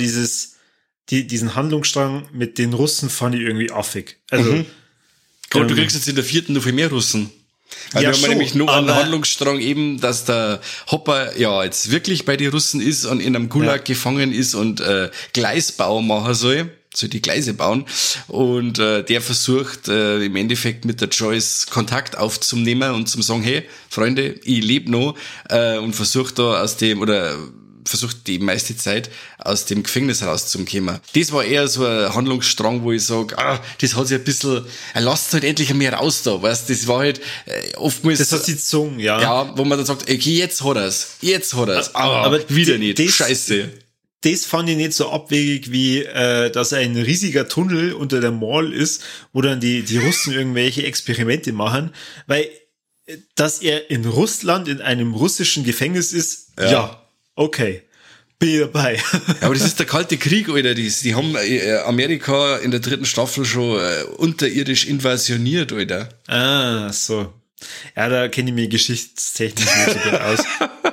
diesen Handlungsstrang mit den Russen fand ich irgendwie affig. Also, du kriegst jetzt in der 4. noch viel mehr Russen. Weil ja, wir haben nämlich noch einen Handlungsstrang eben, dass der Hopper ja jetzt wirklich bei den Russen ist und in einem Gulag gefangen ist und Gleisbau machen soll die Gleise bauen, und der versucht im Endeffekt mit der Joyce Kontakt aufzunehmen und zum sagen, hey Freunde, ich lebe noch, und versucht da versucht die meiste Zeit aus dem Gefängnis rauszukommen. Das war eher so ein Handlungsstrang, wo ich sage, das hat sich ein bisschen, lasst halt endlich mehr raus da, weißt, das war halt oftmals... Das hat sie gezogen, ja. Ja, wo man dann sagt, okay, jetzt hat er's, aber wieder nicht, scheiße. Das fand ich nicht so abwegig, wie dass ein riesiger Tunnel unter der Mall ist, wo dann die Russen irgendwelche Experimente machen, weil dass er in Russland in einem russischen Gefängnis ist, ja. Okay, bin dabei. Ja, aber das ist der Kalte Krieg, Alter. Die haben Amerika in der 3. Staffel schon unterirdisch invasioniert, Alter. Ah, so. Ja, da kenne ich mich geschichtstechnisch nicht so gut aus.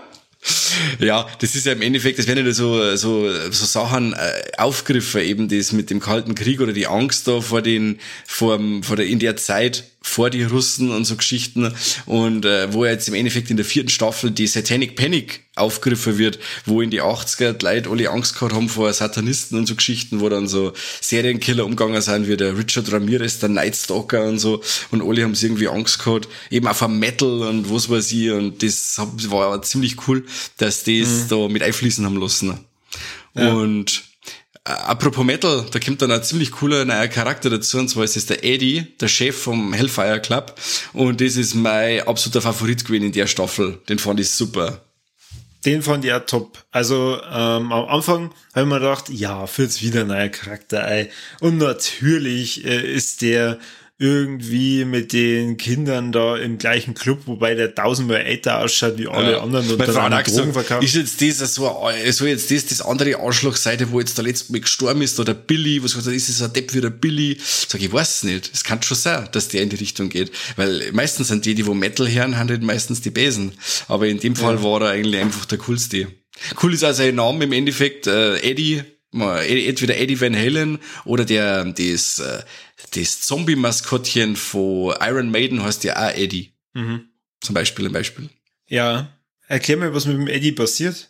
Ja, das ist ja im Endeffekt, das werden ja so Sachen aufgegriffen, eben das mit dem Kalten Krieg oder die Angst da in der Zeit vor die Russen und so Geschichten und wo jetzt im Endeffekt in der 4. Staffel die Satanic Panic aufgegriffen wird, wo in die 80er die Leute alle Angst gehabt haben vor Satanisten und so Geschichten, wo dann so Serienkiller umgegangen sind, wie der Richard Ramirez, der Night Stalker und so, und alle haben sie irgendwie Angst gehabt, eben auch vor Metal und was weiß ich, und das war ziemlich cool, dass das da mit einfließen haben lassen. Ja. Und apropos Metal, da kommt dann ein ziemlich cooler neuer Charakter dazu, und zwar ist es der Eddie, der Chef vom Hellfire Club, und das ist mein absoluter Favorit gewesen in der Staffel. Den fand ich super. Den fand ich auch top. Also am Anfang habe ich mir gedacht, ja, führt's wieder ein neuer Charakter ein. Und natürlich ist der irgendwie mit den Kindern da im gleichen Club, wobei der 1000-mal älter ausschaut wie alle anderen und dann auch Drogen verkauft. Ist jetzt das soll jetzt das andere Arschlochseite, wo jetzt der letzte Mal gestorben ist, oder Billy, was gesagt hat, ist das ein Depp wie der Billy? Sag ich, weiß es nicht. Es kann schon sein, dass der in die Richtung geht. Weil meistens sind die wo Metal hören, haben halt meistens die Besen. Aber in dem Fall war er eigentlich einfach der coolste. Cool ist also sein Name im Endeffekt, Eddie, entweder Eddie Van Halen oder das Zombie-Maskottchen von Iron Maiden heißt ja auch Eddie. Mhm. Zum Beispiel, ein Beispiel. Ja. Erklär mir, was mit dem Eddie passiert.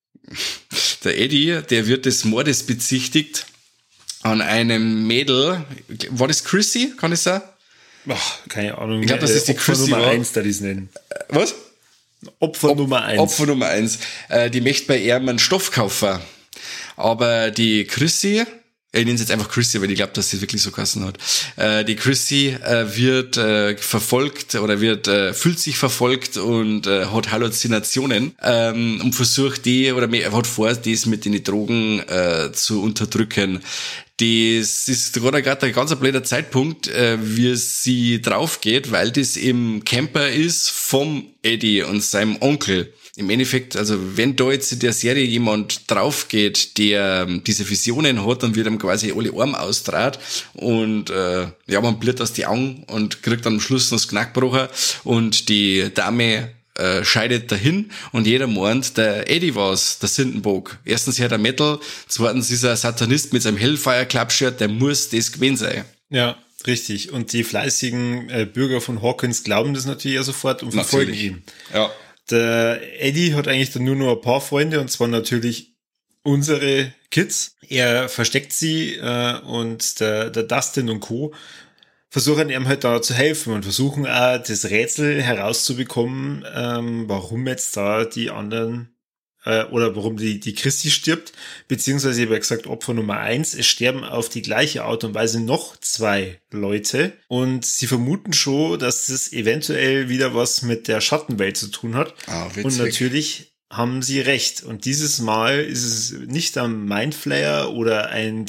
Der Eddie, der wird des Mordes bezichtigt an einem Mädel. War das Chrissy? Kann ich sagen? Ach, keine Ahnung. Ich glaube, das ist die Opfer Chrissy Nummer 1, da die es nennen. Was? Opfer Nummer 1. Opfer Nummer 1. Die möchte bei ihm einen Stoff kaufen. Aber die Chrissy, ich nenne es jetzt einfach Chrissy, weil ich glaube, dass sie wirklich so geheißen hat. Die Chrissy wird verfolgt oder fühlt sich verfolgt und hat Halluzinationen und versucht hat vor, das mit den Drogen zu unterdrücken. Das ist gerade ein ganz blöder Zeitpunkt, wie sie drauf geht, weil das im Camper ist vom Eddie und seinem Onkel. Im Endeffekt, also wenn da jetzt in der Serie jemand drauf geht, der diese Visionen hat, dann wird ihm quasi alle Arme austraut und man blättert aus die Augen und kriegt dann am Schluss noch das Knackbrocher und die Dame scheidet dahin und jeder meint, der Eddie war's, der Sündenbock. Erstens hört er Metal, zweitens ist er ein Satanist mit seinem Hellfire Club Shirt, der muss das gewesen sein. Ja, richtig. Und die fleißigen Bürger von Hawkins glauben das natürlich ja sofort und verfolgen ihn. Ja. Der Eddie hat eigentlich dann nur noch ein paar Freunde, und zwar natürlich unsere Kids. Er versteckt sie und der Dustin und Co. versuchen ihm halt da zu helfen und versuchen auch das Rätsel herauszubekommen, warum jetzt da die anderen oder warum die Christi stirbt, beziehungsweise ich habe ja gesagt, Opfer Nummer 1, es sterben auf die gleiche Art und Weise noch 2 Leute und sie vermuten schon, dass das eventuell wieder was mit der Schattenwelt zu tun hat. Und natürlich haben sie recht. Und dieses Mal ist es nicht ein Mindflayer oder ein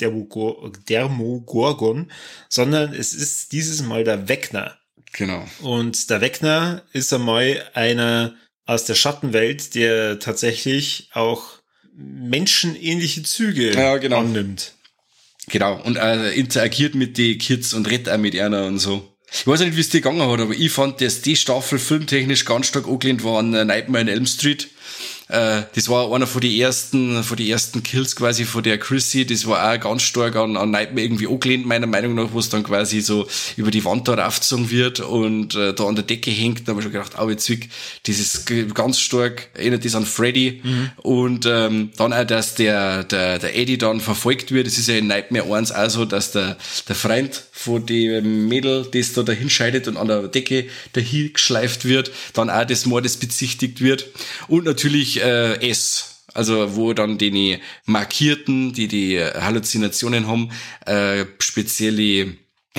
Dermogorgon, sondern es ist dieses Mal der Vecna. Genau. Und der Vecna ist einmal einer aus der Schattenwelt, der tatsächlich auch menschenähnliche Züge annimmt. Genau, und interagiert mit den Kids und redet auch mit einer und so. Ich weiß nicht, wie es dir gegangen hat, aber ich fand, dass die Staffel filmtechnisch ganz stark angelehnt war an Nightmare on Elm Street. Das war einer von die ersten Kills quasi von der Chrissy. Das war auch ganz stark an Nightmare irgendwie angelehnt, meiner Meinung nach, wo es dann quasi so über die Wand da raufgezogen wird und da an der Decke hängt. Da habe ich schon gedacht, jetzt Zwick, das ist ganz stark, erinnert das an Freddy. Mhm. Und dann auch, dass der Eddie dann verfolgt wird. Das ist ja in Nightmare 1 auch so, dass der Freund von dem Mädel, das da hinscheidet und an der Decke dahin geschleift wird, dann auch des Mordes bezichtigt wird. Und natürlich also wo dann die Markierten, die Halluzinationen haben, spezielle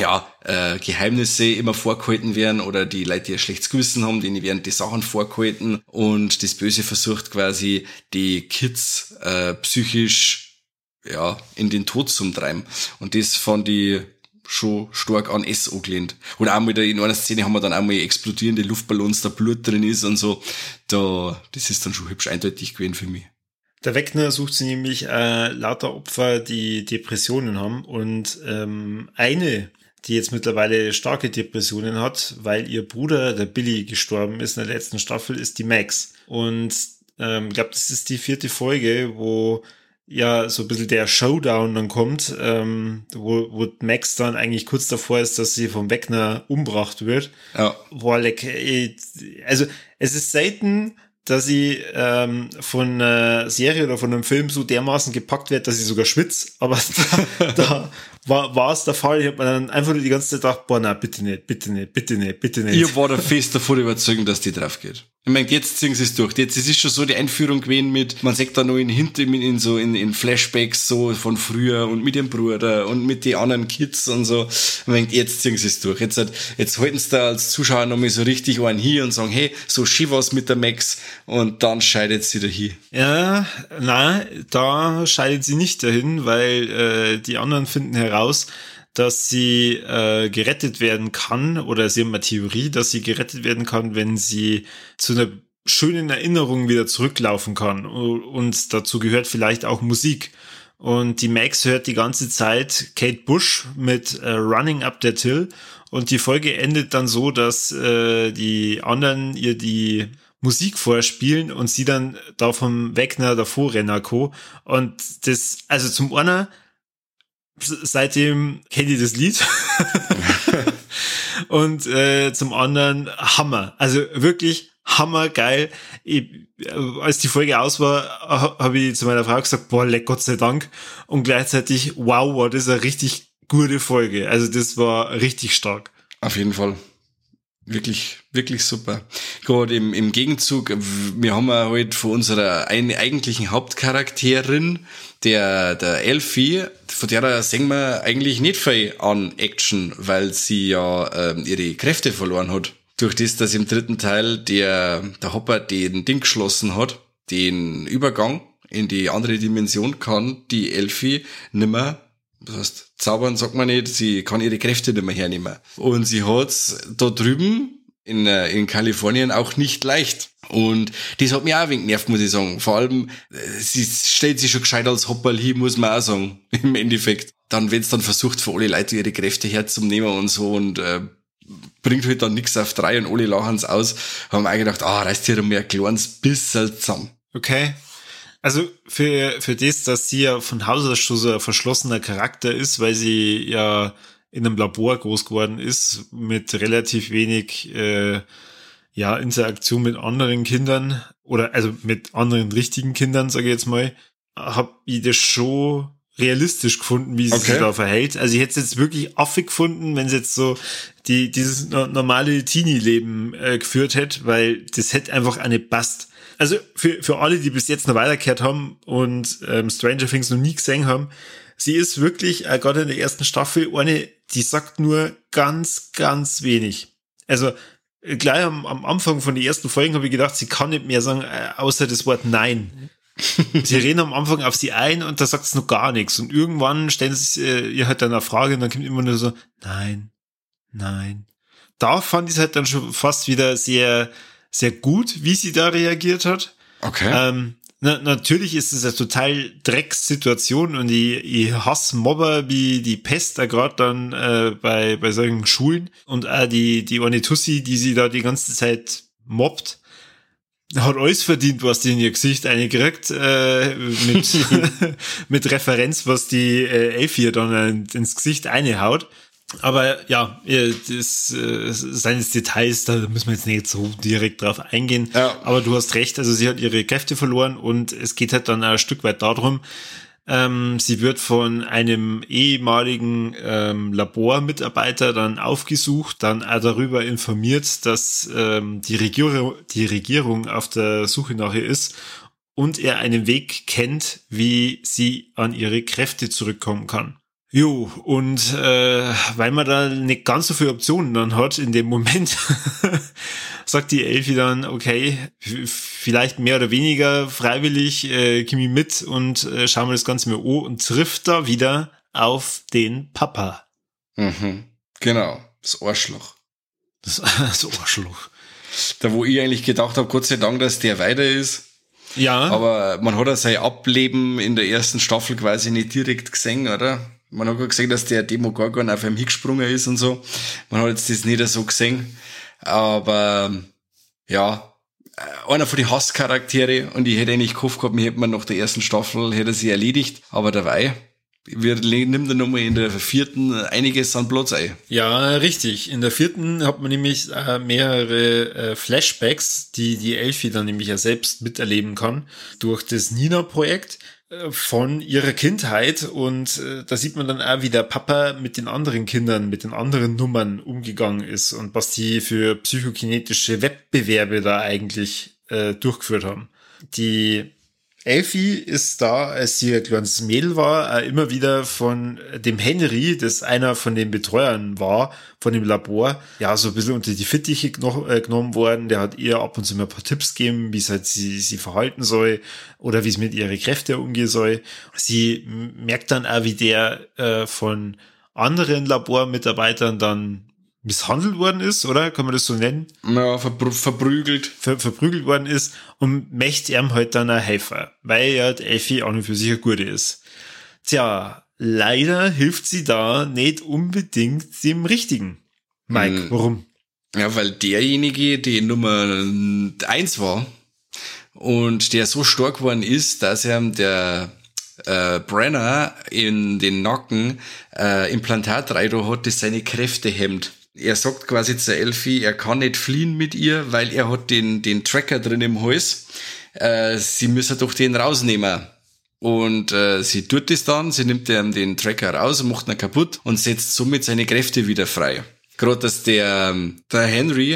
Geheimnisse immer vorgehalten werden oder die Leute, die ein schlechtes Gewissen haben, denen werden die Sachen vorgehalten und das Böse versucht quasi die Kids psychisch in den Tod zu treiben. Und das fand ich schon stark an S angelehnt. Und auch mal in einer Szene haben wir dann auch mal explodierende Luftballons, da Blut drin ist und so. Das ist dann schon hübsch eindeutig gewesen für mich. Der Vecna sucht sie nämlich lauter Opfer, die Depressionen haben. Und eine, die jetzt mittlerweile starke Depressionen hat, weil ihr Bruder, der Billy, gestorben ist in der letzten Staffel, ist die Max. Und ich glaube, das ist die 4. Folge, wo ja so ein bisschen der Showdown dann kommt, wo Max dann eigentlich kurz davor ist, dass sie vom Wegner umgebracht wird. Ja. Boah, also es ist selten, dass ich von einer Serie oder von einem Film so dermaßen gepackt wird, dass ich sogar schwitze, aber da war es der Fall. Ich habe mir dann einfach nur die ganze Zeit gedacht, boah, na, bitte nicht, bitte nicht, bitte nicht, bitte nicht. Ich war da fest davon überzeugt, dass die drauf geht. Ich meine, jetzt ziehen sie es durch. Jetzt, es ist schon so die Einführung gewesen mit, man sieht da noch in Flashbacks so von früher und mit dem Bruder und mit den anderen Kids und so. Ich meine, jetzt ziehen sie es durch. Jetzt halten sie da als Zuschauer nochmal so richtig einen hier und sagen, hey, so schön was mit der Max, und dann scheidet sie dahin. Ja, nein, da scheidet sie nicht dahin, weil die anderen finden heraus, dass sie gerettet werden kann, oder sie haben eine Theorie, dass sie gerettet werden kann, wenn sie zu einer schönen Erinnerung wieder zurücklaufen kann. Und dazu gehört vielleicht auch Musik. Und die Max hört die ganze Zeit Kate Bush mit Running Up That Hill. Und die Folge endet dann so, dass die anderen ihr die Musik vorspielen und sie dann da vom Wegner davor rennen kann. Und das, also zum einen, seitdem kenne ich das Lied. Und zum anderen Hammer. Also wirklich hammergeil. Als die Folge aus war, habe ich zu meiner Frau gesagt, boah, leck, Gott sei Dank. Und gleichzeitig, wow, war das eine richtig gute Folge. Also das war richtig stark. Auf jeden Fall. Wirklich, wirklich super. Gerade im Gegenzug, wir haben ja halt von unserer eigentlichen Hauptcharakterin, der Elfie, von der sehen wir eigentlich nicht viel an Action, weil sie ja ihre Kräfte verloren hat. Durch das, dass im dritten Teil der Hopper den Ding geschlossen hat, den Übergang in die andere Dimension, kann die Elfie nimmer, das heißt, zaubern sagt man nicht, sie kann ihre Kräfte nicht mehr hernehmen. Und sie hat's da drüben in Kalifornien auch nicht leicht. Und das hat mich auch ein wenig genervt, muss ich sagen. Vor allem, sie stellt sich schon gescheit als Hopperl hin, muss man auch sagen, im Endeffekt. Dann, wenn es dann versucht, für alle Leute ihre Kräfte herzunehmen und so, und bringt halt dann nichts auf 3 und alle lachen's aus, haben wir auch gedacht, reißt hier mal ein kleines bisschen zusammen. Okay. Also für das, dass sie ja von Haus aus schon so ein verschlossener Charakter ist, weil sie ja in einem Labor groß geworden ist, mit relativ wenig Interaktion mit anderen Kindern, oder also mit anderen richtigen Kindern, sage ich jetzt mal, habe ich das schon realistisch gefunden, wie sie sich da verhält. Also ich hätte es jetzt wirklich affig gefunden, wenn sie jetzt so dieses normale Teenie-Leben geführt hätte, weil das hätte einfach eine passt. Also für alle, die bis jetzt noch weitergehört haben und Stranger Things noch nie gesehen haben, sie ist wirklich, gerade in der ersten Staffel, eine, die sagt nur ganz, ganz wenig. Also gleich am Anfang von den ersten Folgen habe ich gedacht, sie kann nicht mehr sagen, außer das Wort Nein. Sie reden am Anfang auf sie ein und da sagt es noch gar nichts. Und irgendwann stellen sie ihr halt dann eine Frage und dann kommt immer nur so, nein, nein. Da fand ich es halt dann schon fast wieder sehr, sehr gut, wie sie da reagiert hat. Okay. Natürlich ist es eine total Dreckssituation und ich hasse Mobber wie die Pest da gerade dann bei solchen Schulen, und auch die eine Tussi, die sie da die ganze Zeit mobbt, hat alles verdient, was die in ihr Gesicht eingekriegt, mit Referenz, was die Elfie dann ins Gesicht einhaut. Aber ja, seines Details, da müssen wir jetzt nicht so direkt drauf eingehen. Ja. Aber du hast recht, also sie hat ihre Kräfte verloren und es geht halt dann ein Stück weit darum, sie wird von einem ehemaligen Labormitarbeiter dann aufgesucht, dann auch darüber informiert, dass die Regierung auf der Suche nach ihr ist und er einen Weg kennt, wie sie an ihre Kräfte zurückkommen kann. Jo, und weil man da nicht ganz so viele Optionen dann hat in dem Moment, sagt die Elfie dann, okay, vielleicht mehr oder weniger freiwillig, komme ich mit und schauen wir das Ganze mal an, und trifft da wieder auf den Papa. Mhm, genau, das Arschloch. Das Arschloch. Da, wo ich eigentlich gedacht habe, Gott sei Dank, dass der weiter ist. Ja. Aber man hat ja sein Ableben in der ersten Staffel quasi nicht direkt gesehen, oder? Man hat ja gesehen, dass der Demogorgon auf einem hingesprungen ist und so. Man hat jetzt das nicht so gesehen. Aber ja, einer von den Hasscharaktere und ich hätte eigentlich gehofft gehabt, wir hätten wir nach der ersten Staffel, hätte sie erledigt, aber dabei, wir nehmen dann nochmal in der 4. einiges an Platz ein. Ja, richtig. In der 4. hat man nämlich mehrere Flashbacks, die Elfie dann nämlich ja selbst miterleben kann, durch das Nina-Projekt von ihrer Kindheit und da sieht man dann auch, wie der Papa mit den anderen Kindern, mit den anderen Nummern umgegangen ist und was die für psychokinetische Wettbewerbe da eigentlich durchgeführt haben. Die Elfie ist da, als sie ein kleines Mädel war, immer wieder von dem Henry, das einer von den Betreuern war, von dem Labor, ja, so ein bisschen unter die Fittiche genommen worden. Der hat ihr ab und zu mal ein paar Tipps gegeben, wie es halt sie verhalten soll oder wie es mit ihren Kräften umgehen soll. Sie merkt dann auch, wie der von anderen Labormitarbeitern dann misshandelt worden ist, oder? Kann man das so nennen? Ja, verprügelt. Verprügelt worden ist und möchte ihm halt dann auch helfen, weil ja die Elfie auch nur für sich eine Gute ist. Tja, leider hilft sie da nicht unbedingt dem Richtigen. Mike, warum? Ja, weil derjenige, der Nummer 1 war und der so stark geworden ist, dass er der Brenner in den Nacken Implantat rein hat, das seine Kräfte hemmt. Er sagt quasi zur Elfie, er kann nicht fliehen mit ihr, weil er hat den Tracker drin im Hals. Sie müssen doch den rausnehmen. Und sie tut das dann, sie nimmt den Tracker raus und macht ihn kaputt und setzt somit seine Kräfte wieder frei. Gerade, dass der Henry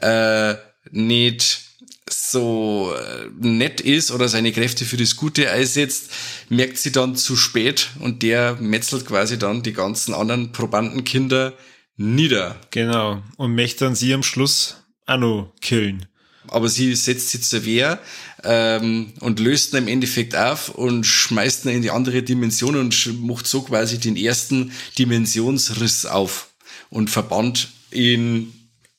nicht so nett ist oder seine Kräfte für das Gute einsetzt, merkt sie dann zu spät und der metzelt quasi dann die ganzen anderen Probandenkinder nieder. Genau. Und möchte dann sie am Schluss auch noch killen. Aber sie setzt sich zur Wehr und löst ihn im Endeffekt auf und schmeißt ihn in die andere Dimension und macht so quasi den ersten Dimensionsriss auf und verbannt ihn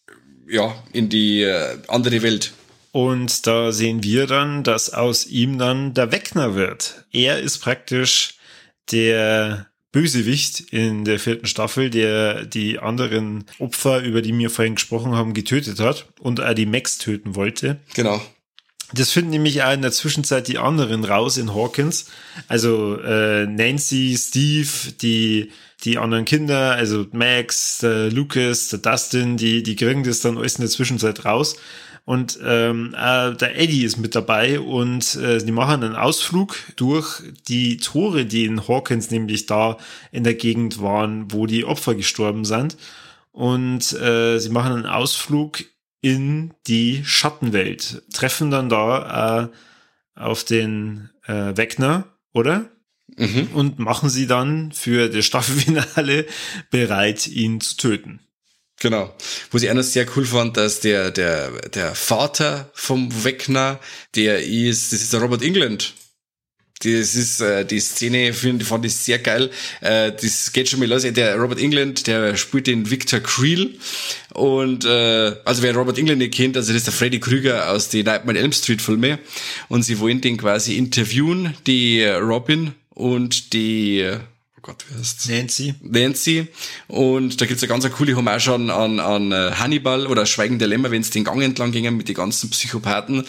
in die andere Welt. Und da sehen wir dann, dass aus ihm dann der Vecna wird. Er ist praktisch der Bösewicht in der 4. Staffel, der die anderen Opfer, über die wir vorhin gesprochen haben, getötet hat und auch die Max töten wollte. Genau. Das finden nämlich auch in der Zwischenzeit die anderen raus in Hawkins. Also Nancy, Steve, die anderen Kinder, also Max, der Lucas, der Dustin, die kriegen das dann alles in der Zwischenzeit raus. Und der Eddie ist mit dabei und die machen einen Ausflug durch die Tore, die in Hawkins nämlich da in der Gegend waren, wo die Opfer gestorben sind. Und sie machen einen Ausflug in die Schattenwelt, treffen dann da auf den Vecna, oder? Mhm. Und machen sie dann für das Staffelfinale bereit, ihn zu töten. Genau. Was ich auch noch sehr cool fand, dass der Vater vom Vecna, das ist der Robert Englund. Das ist, die Szene fand ich sehr geil. Das geht schon mal los. Der Robert Englund, der spielt den Victor Creel. Und, also wer Robert Englund nicht kennt, also das ist der Freddy Krüger aus den Nightmare on Elm Street Filme. Und sie wollen den quasi interviewen, die Robin und die, oh Gott, wie heißt's? Nancy. Und da gibt's eine ganz coole Hommage an Hannibal oder Schweigen der Lämmer, wenn es den Gang entlang gingen mit den ganzen Psychopathen.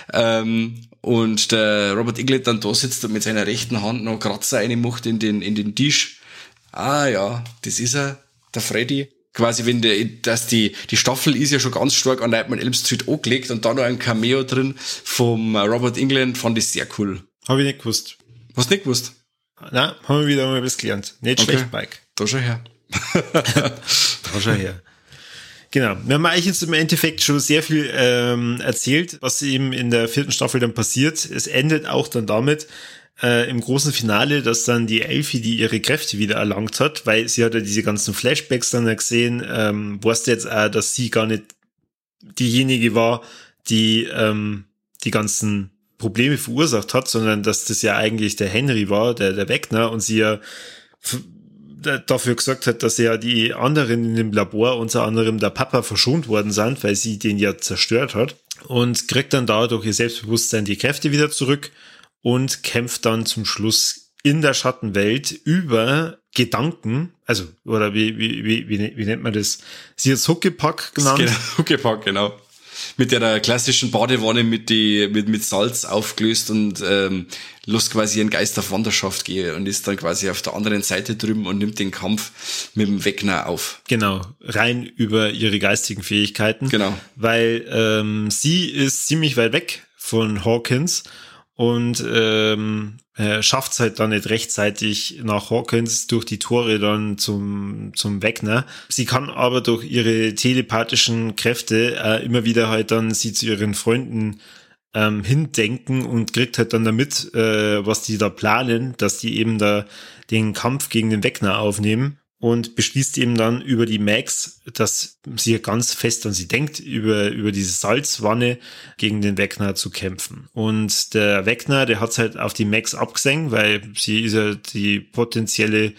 Und der Robert Englund dann da sitzt und mit seiner rechten Hand noch Kratzer reinmacht in den Tisch. Ah ja, das ist er, der Freddy. Quasi, wenn die Staffel ist ja schon ganz stark an Nightmare on Elm Street angelegt und da noch ein Cameo drin vom Robert Englund, fand ich sehr cool. Habe ich nicht gewusst. Hast du nicht gewusst? Nein, haben wir wieder mal was gelernt. Nicht okay. Schlecht, Mike. Da schau her. Genau. Wir haben eigentlich jetzt im Endeffekt schon sehr viel erzählt, was eben in der 4. Staffel dann passiert. Es endet auch dann damit im großen Finale, dass dann die Elfie, die ihre Kräfte wieder erlangt hat, weil sie hat ja diese ganzen Flashbacks dann gesehen, weißt du jetzt auch, dass sie gar nicht diejenige war, die die ganzen Probleme verursacht hat, sondern dass das ja eigentlich der Henry war, der Vecna, und sie ja dafür gesorgt hat, dass ja die anderen in dem Labor, unter anderem der Papa, verschont worden sind, weil sie den ja zerstört hat, und kriegt dann dadurch ihr Selbstbewusstsein, die Kräfte wieder zurück und kämpft dann zum Schluss in der Schattenwelt über Gedanken, also, oder wie nennt man das? Sie hat Huckepack genannt. Huckepack, genau. mit der klassischen Badewanne mit Salz aufgelöst und lässt quasi ihren Geist auf Wanderschaft gehen und ist dann quasi auf der anderen Seite drüben und nimmt den Kampf mit dem Vecna auf. Genau, rein über ihre geistigen Fähigkeiten. Genau. Weil sie ist ziemlich weit weg von Hawkins und schafft es halt dann nicht rechtzeitig nach Hawkins durch die Tore dann zum Vecna. Sie kann aber durch ihre telepathischen Kräfte immer wieder halt dann sie zu ihren Freunden hindenken und kriegt halt dann damit, was die da planen, dass die eben da den Kampf gegen den Vecna aufnehmen und beschließt eben dann über die Max, dass sie ganz fest an sie denkt, über diese Salzwanne gegen den Vecna zu kämpfen. Und der Vecna, der hat's halt auf die Max abgesenkt, weil sie ist ja die potenzielle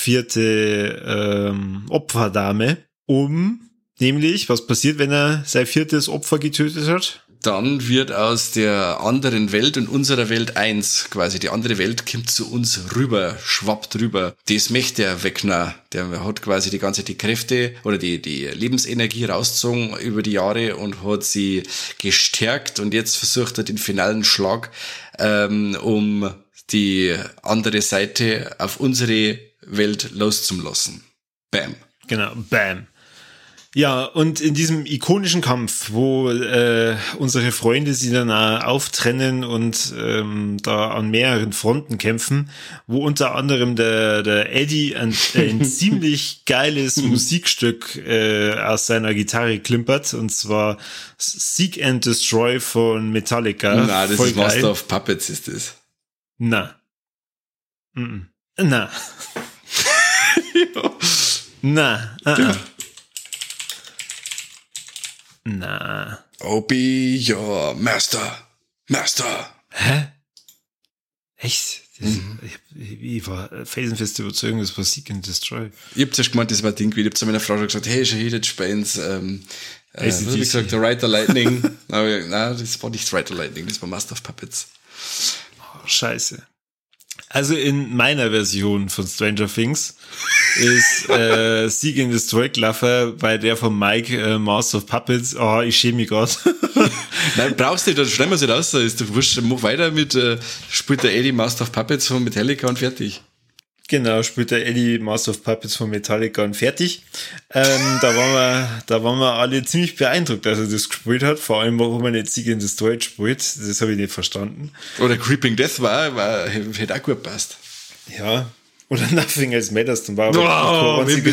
4. Opferdame, nämlich, was passiert, wenn er sein 4. Opfer getötet hat? Dann wird aus der anderen Welt und unserer Welt eins. Quasi die andere Welt kommt zu uns rüber, schwappt rüber. Das möchte der Vecna. Der hat quasi die Kräfte oder die Lebensenergie rausgezogen über die Jahre und hat sie gestärkt. Und jetzt versucht er den finalen Schlag, um die andere Seite auf unsere Welt loszulassen. Bam. Genau, bam. Ja, und in diesem ikonischen Kampf, wo unsere Freunde sie dann auch auftrennen und da an mehreren Fronten kämpfen, wo unter anderem der Eddie ein ziemlich geiles Musikstück aus seiner Gitarre klimpert, und zwar Seek and Destroy von Metallica. Na, das ist Master of Puppets, ist das. Na. Na. Na. Ja. Na. Oh, be your master. Hä? Echt? Ich war felsenfest überzeugt, das war Seek and Destroy. Ich hab zuerst gemeint, das war Ding, ich hab zu meiner Frau schon gesagt, hey, Shahid Spence, was hab ich gesagt, der Rider Lightning. Aber nein, das war nicht Rider Lightning, das war Master of Puppets. Oh, scheiße. Also in meiner Version von Stranger Things ist Seek and Destroy gelaufen, bei der von Mike Master of Puppets. Oh, ich schäme mich gerade. Nein, brauchst du nicht, dann schneiden wir es nicht raus. Ist doch wurscht, mach weiter mit, spielt der Eddie Master of Puppets von Metallica und fertig. Genau, spielt der Eddie Master of Puppets von Metallica und fertig. Da waren wir alle ziemlich beeindruckt, als er das gespielt hat. Vor allem, warum er nicht Seek and Destroy spielt. Das habe ich nicht verstanden. Oder Creeping Death hätte auch gut passt. Ja. Oder Nothing Else Matters. Dann war aber kein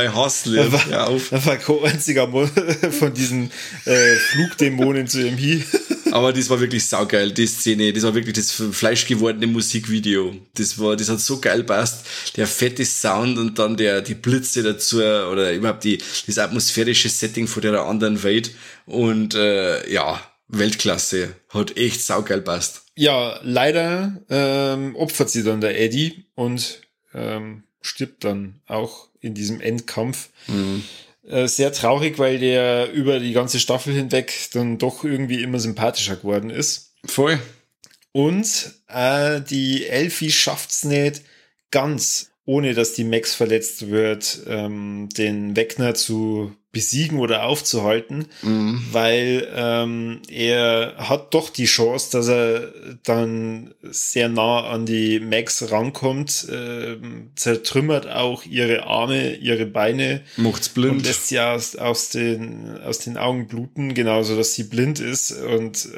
einziger von diesen Flugdämonen zu ihm hin. Aber das war wirklich saugeil, die Szene. Das war wirklich das fleischgewordene Musikvideo. Das hat so geil passt. Der fette Sound und dann die Blitze dazu oder überhaupt das atmosphärische Setting von der anderen Welt. Und Weltklasse. Hat echt saugeil passt. Ja, leider opfert sie dann der Eddie und stirbt dann auch in diesem Endkampf. Mhm. Sehr traurig, weil der über die ganze Staffel hinweg dann doch irgendwie immer sympathischer geworden ist. Voll. Und die Elfie schafft's nicht ganz, ohne dass die Max verletzt wird, den Vecna zu besiegen oder aufzuhalten, weil er hat doch die Chance, dass er dann sehr nah an die Max rankommt, zertrümmert auch ihre Arme, ihre Beine, macht's blind und lässt sie aus den Augen bluten, genauso dass sie blind ist. Und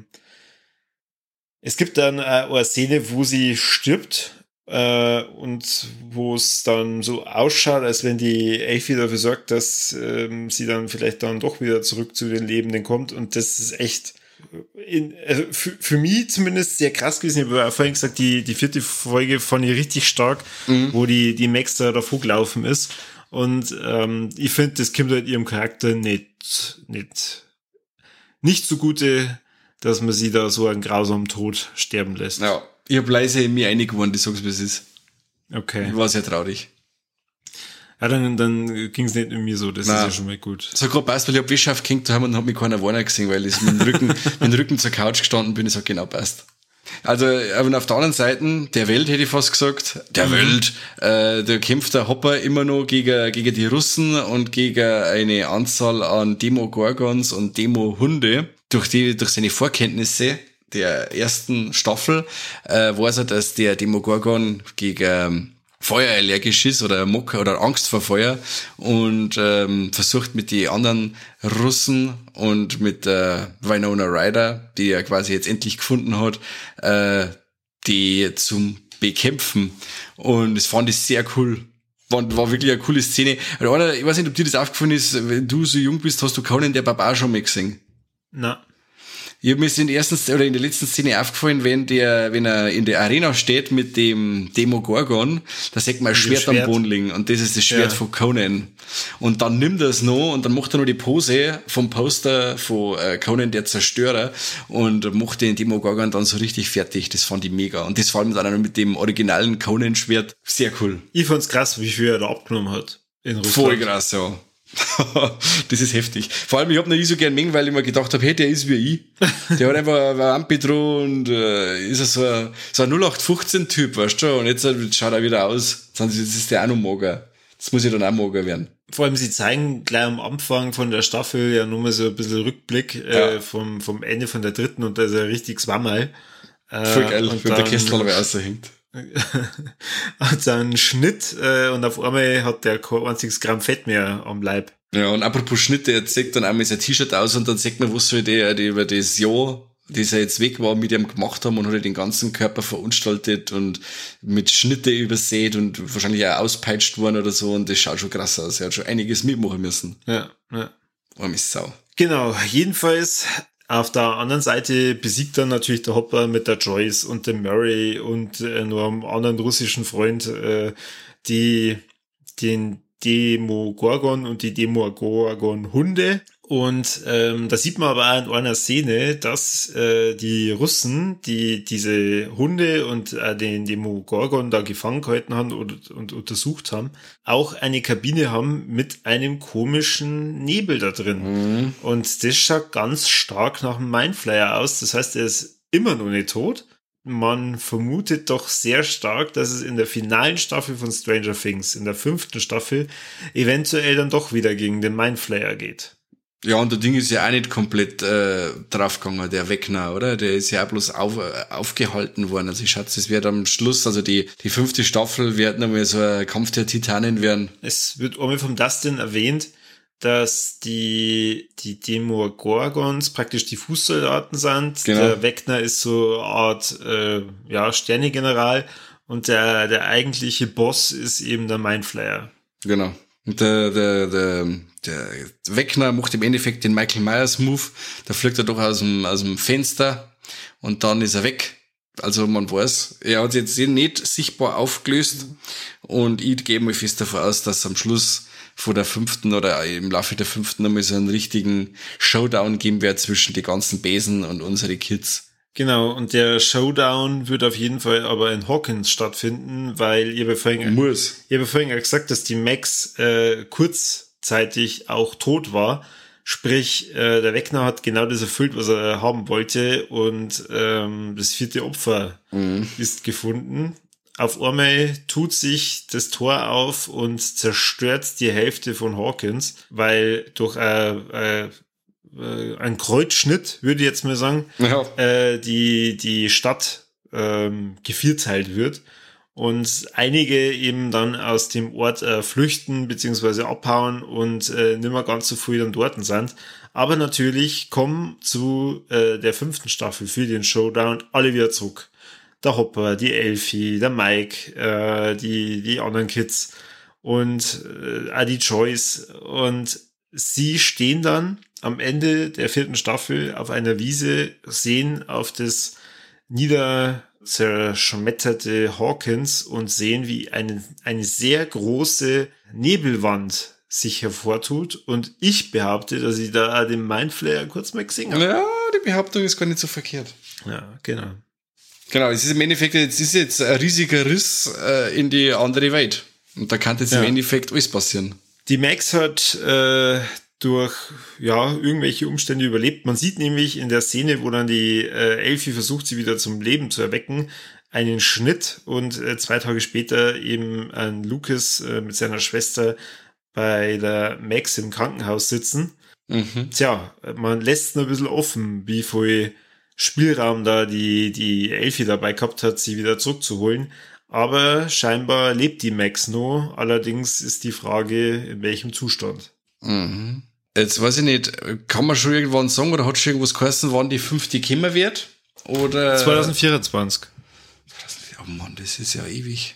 es gibt dann eine Szene, wo sie stirbt, und wo es dann so ausschaut, als wenn die Elfie dafür sorgt, dass sie dann vielleicht dann doch wieder zurück zu den Lebenden kommt. Und das ist echt also für mich zumindest sehr krass gewesen. Ich habe ja vorhin gesagt, die 4. Folge fand ich richtig stark, wo die Max da davor gelaufen ist. Und ich finde, das kommt halt ihrem Charakter nicht zugute, dass man sie da so einen grausamen Tod sterben lässt. Ja. Ich habe leise in mir einig geworden, ich sag's, wie es ist. Okay. Ich war sehr traurig. Ja, dann ging's nicht mit mir so, das ist ja schon mal gut. So gerade passt, weil ich hab Wischaft gehängt daheim und hab mich keiner warnen gesehen, weil ich mit dem Rücken zur Couch gestanden bin, ich sag, genau, passt. Also, und auf der anderen Seite, der Welt hätte ich fast gesagt, da kämpft der Hopper immer noch gegen die Russen und gegen eine Anzahl an Demogorgons und Demo-Hunde. Durch seine Vorkenntnisse der ersten Staffel, weiß er, dass der Demogorgon gegen Feuer allergisch ist oder Angst vor Feuer und versucht mit die anderen Russen und mit Winona Ryder, die er quasi jetzt endlich gefunden hat, die zum Bekämpfen. Und das fand ich sehr cool. War wirklich eine coole Szene. Ich weiß nicht, ob dir das aufgefallen ist, wenn du so jung bist, hast du Conan der Barbar schon mal gesehen? Na. Ich habe mir in der letzten Szene aufgefallen, wenn er in der Arena steht mit dem Demogorgon, da sieht man ein Schwert am Boden liegen und das ist das Schwert von Conan. Und dann nimmt er es noch und dann macht er noch die Pose vom Poster von Conan der Zerstörer und macht den Demogorgon dann so richtig fertig. Das fand ich mega. Und das vor allem dann auch noch mit dem originalen Conan-Schwert. Sehr cool. Ich fand's krass, wie viel er da abgenommen hat. In Russland. Voll krass, ja. Das ist heftig. Vor allem, ich hab noch nie so gern mengen, weil ich mir gedacht habe, hey, der ist wie ich. Der hat einfach ein Ampedro und ist so ein 0815-Typ, weißt du? Und jetzt schaut er wieder aus. Jetzt ist der auch noch mager. Das muss ich dann auch mager werden. Vor allem, sie zeigen gleich am Anfang von der Staffel ja nur mal so ein bisschen Rückblick vom Ende von der dritten und da ist er richtig Swammerl. Voll geil, wenn der Kessel aber raushängt. Hat so einen Schnitt und auf einmal hat der kein einziges Gramm Fett mehr am Leib. Ja, und apropos Schnitte, er zeigt dann einmal sein T-Shirt aus und dann sagt man, was soll der über das Jahr, das er jetzt weg war, mit ihm gemacht haben und hat den ganzen Körper verunstaltet und mit Schnitte übersät und wahrscheinlich auch auspeitscht worden oder so und das schaut schon krass aus. Er hat schon einiges mitmachen müssen. Ja. Arme Sau. Genau, jedenfalls auf der anderen Seite besiegt dann natürlich der Hopper mit der Joyce und dem Murray und nur einem anderen russischen Freund den Demogorgon und die Demogorgon-Hunde. Und da sieht man aber auch in einer Szene, dass die Russen, die diese Hunde und den Demogorgon da gefangen gehalten haben und untersucht haben, auch eine Kabine haben mit einem komischen Nebel da drin. Mhm. Und das schaut ganz stark nach einem Mindflayer aus. Das heißt, er ist immer noch nicht tot. Man vermutet doch sehr stark, dass es in der finalen Staffel von Stranger Things, in der 5. Staffel, eventuell dann doch wieder gegen den Mindflayer geht. Ja, und der Ding ist ja auch nicht komplett draufgegangen, der Wegner, oder? Der ist ja auch bloß aufgehalten worden. Also ich schätze, es wird am Schluss, also die 5. Staffel wird nochmal so ein Kampf der Titanen werden. Es wird einmal vom Dustin erwähnt, dass die Demogorgons praktisch die Fußsoldaten sind. Genau. Der Wegner ist so eine Art Sternegeneral und der eigentliche Boss ist eben der Mindflayer. Genau. Und der Wegner macht im Endeffekt den Michael Myers Move. Da fliegt er doch aus dem Fenster und dann ist er weg. Also man weiß, er hat jetzt nicht sichtbar aufgelöst und ich gehe mal fest davon aus, dass am Schluss von der 5. oder im Laufe der 5. nochmal so einen richtigen Showdown geben wird zwischen die ganzen Besen und unsere Kids. Genau, und der Showdown wird auf jeden Fall aber in Hawkins stattfinden, weil ihr vorhin ja gesagt, dass die Max kurzzeitig auch tot war. Sprich, der Wegner hat genau das erfüllt, was er haben wollte und das 4. Opfer ist gefunden. Auf einmal tut sich das Tor auf und zerstört die Hälfte von Hawkins, weil durch ein Kreuzschnitt, würde ich jetzt mal sagen, die Stadt gevierteilt wird und einige eben dann aus dem Ort flüchten bzw. abhauen und nimmer ganz so viel dann dort sind. Aber natürlich kommen zu der 5. Staffel für den Showdown alle wieder zurück. Der Hopper, die Elfie, der Mike, die anderen Kids und auch die Joyce. Und sie stehen dann am Ende der 4. Staffel auf einer Wiese, sehen auf das niederzerschmetterte Hawkins und sehen, wie eine sehr große Nebelwand sich hervortut. Und ich behaupte, dass ich da den Mindflayer kurz mal gesehen habe. Ja, die Behauptung ist gar nicht so verkehrt. Ja, genau. Genau, es ist im Endeffekt, jetzt ein riesiger Riss in die andere Welt. Und da kann jetzt im Endeffekt alles passieren. Die Max hat durch irgendwelche Umstände überlebt. Man sieht nämlich in der Szene, wo dann die Elfie versucht, sie wieder zum Leben zu erwecken, einen Schnitt und 2 Tage später eben ein Lucas mit seiner Schwester bei der Max im Krankenhaus sitzen. Tja, man lässt nur ein bisschen offen, wie viel Spielraum da die Elfie dabei gehabt hat, sie wieder zurückzuholen. Aber scheinbar lebt die Max noch. Allerdings ist die Frage, in welchem Zustand. Mhm. Jetzt weiß ich nicht, kann man schon irgendwann sagen oder hat schon irgendwas geheißen, wann die 5. kommen wird? Oder 2024. Oh Mann, das ist ja ewig.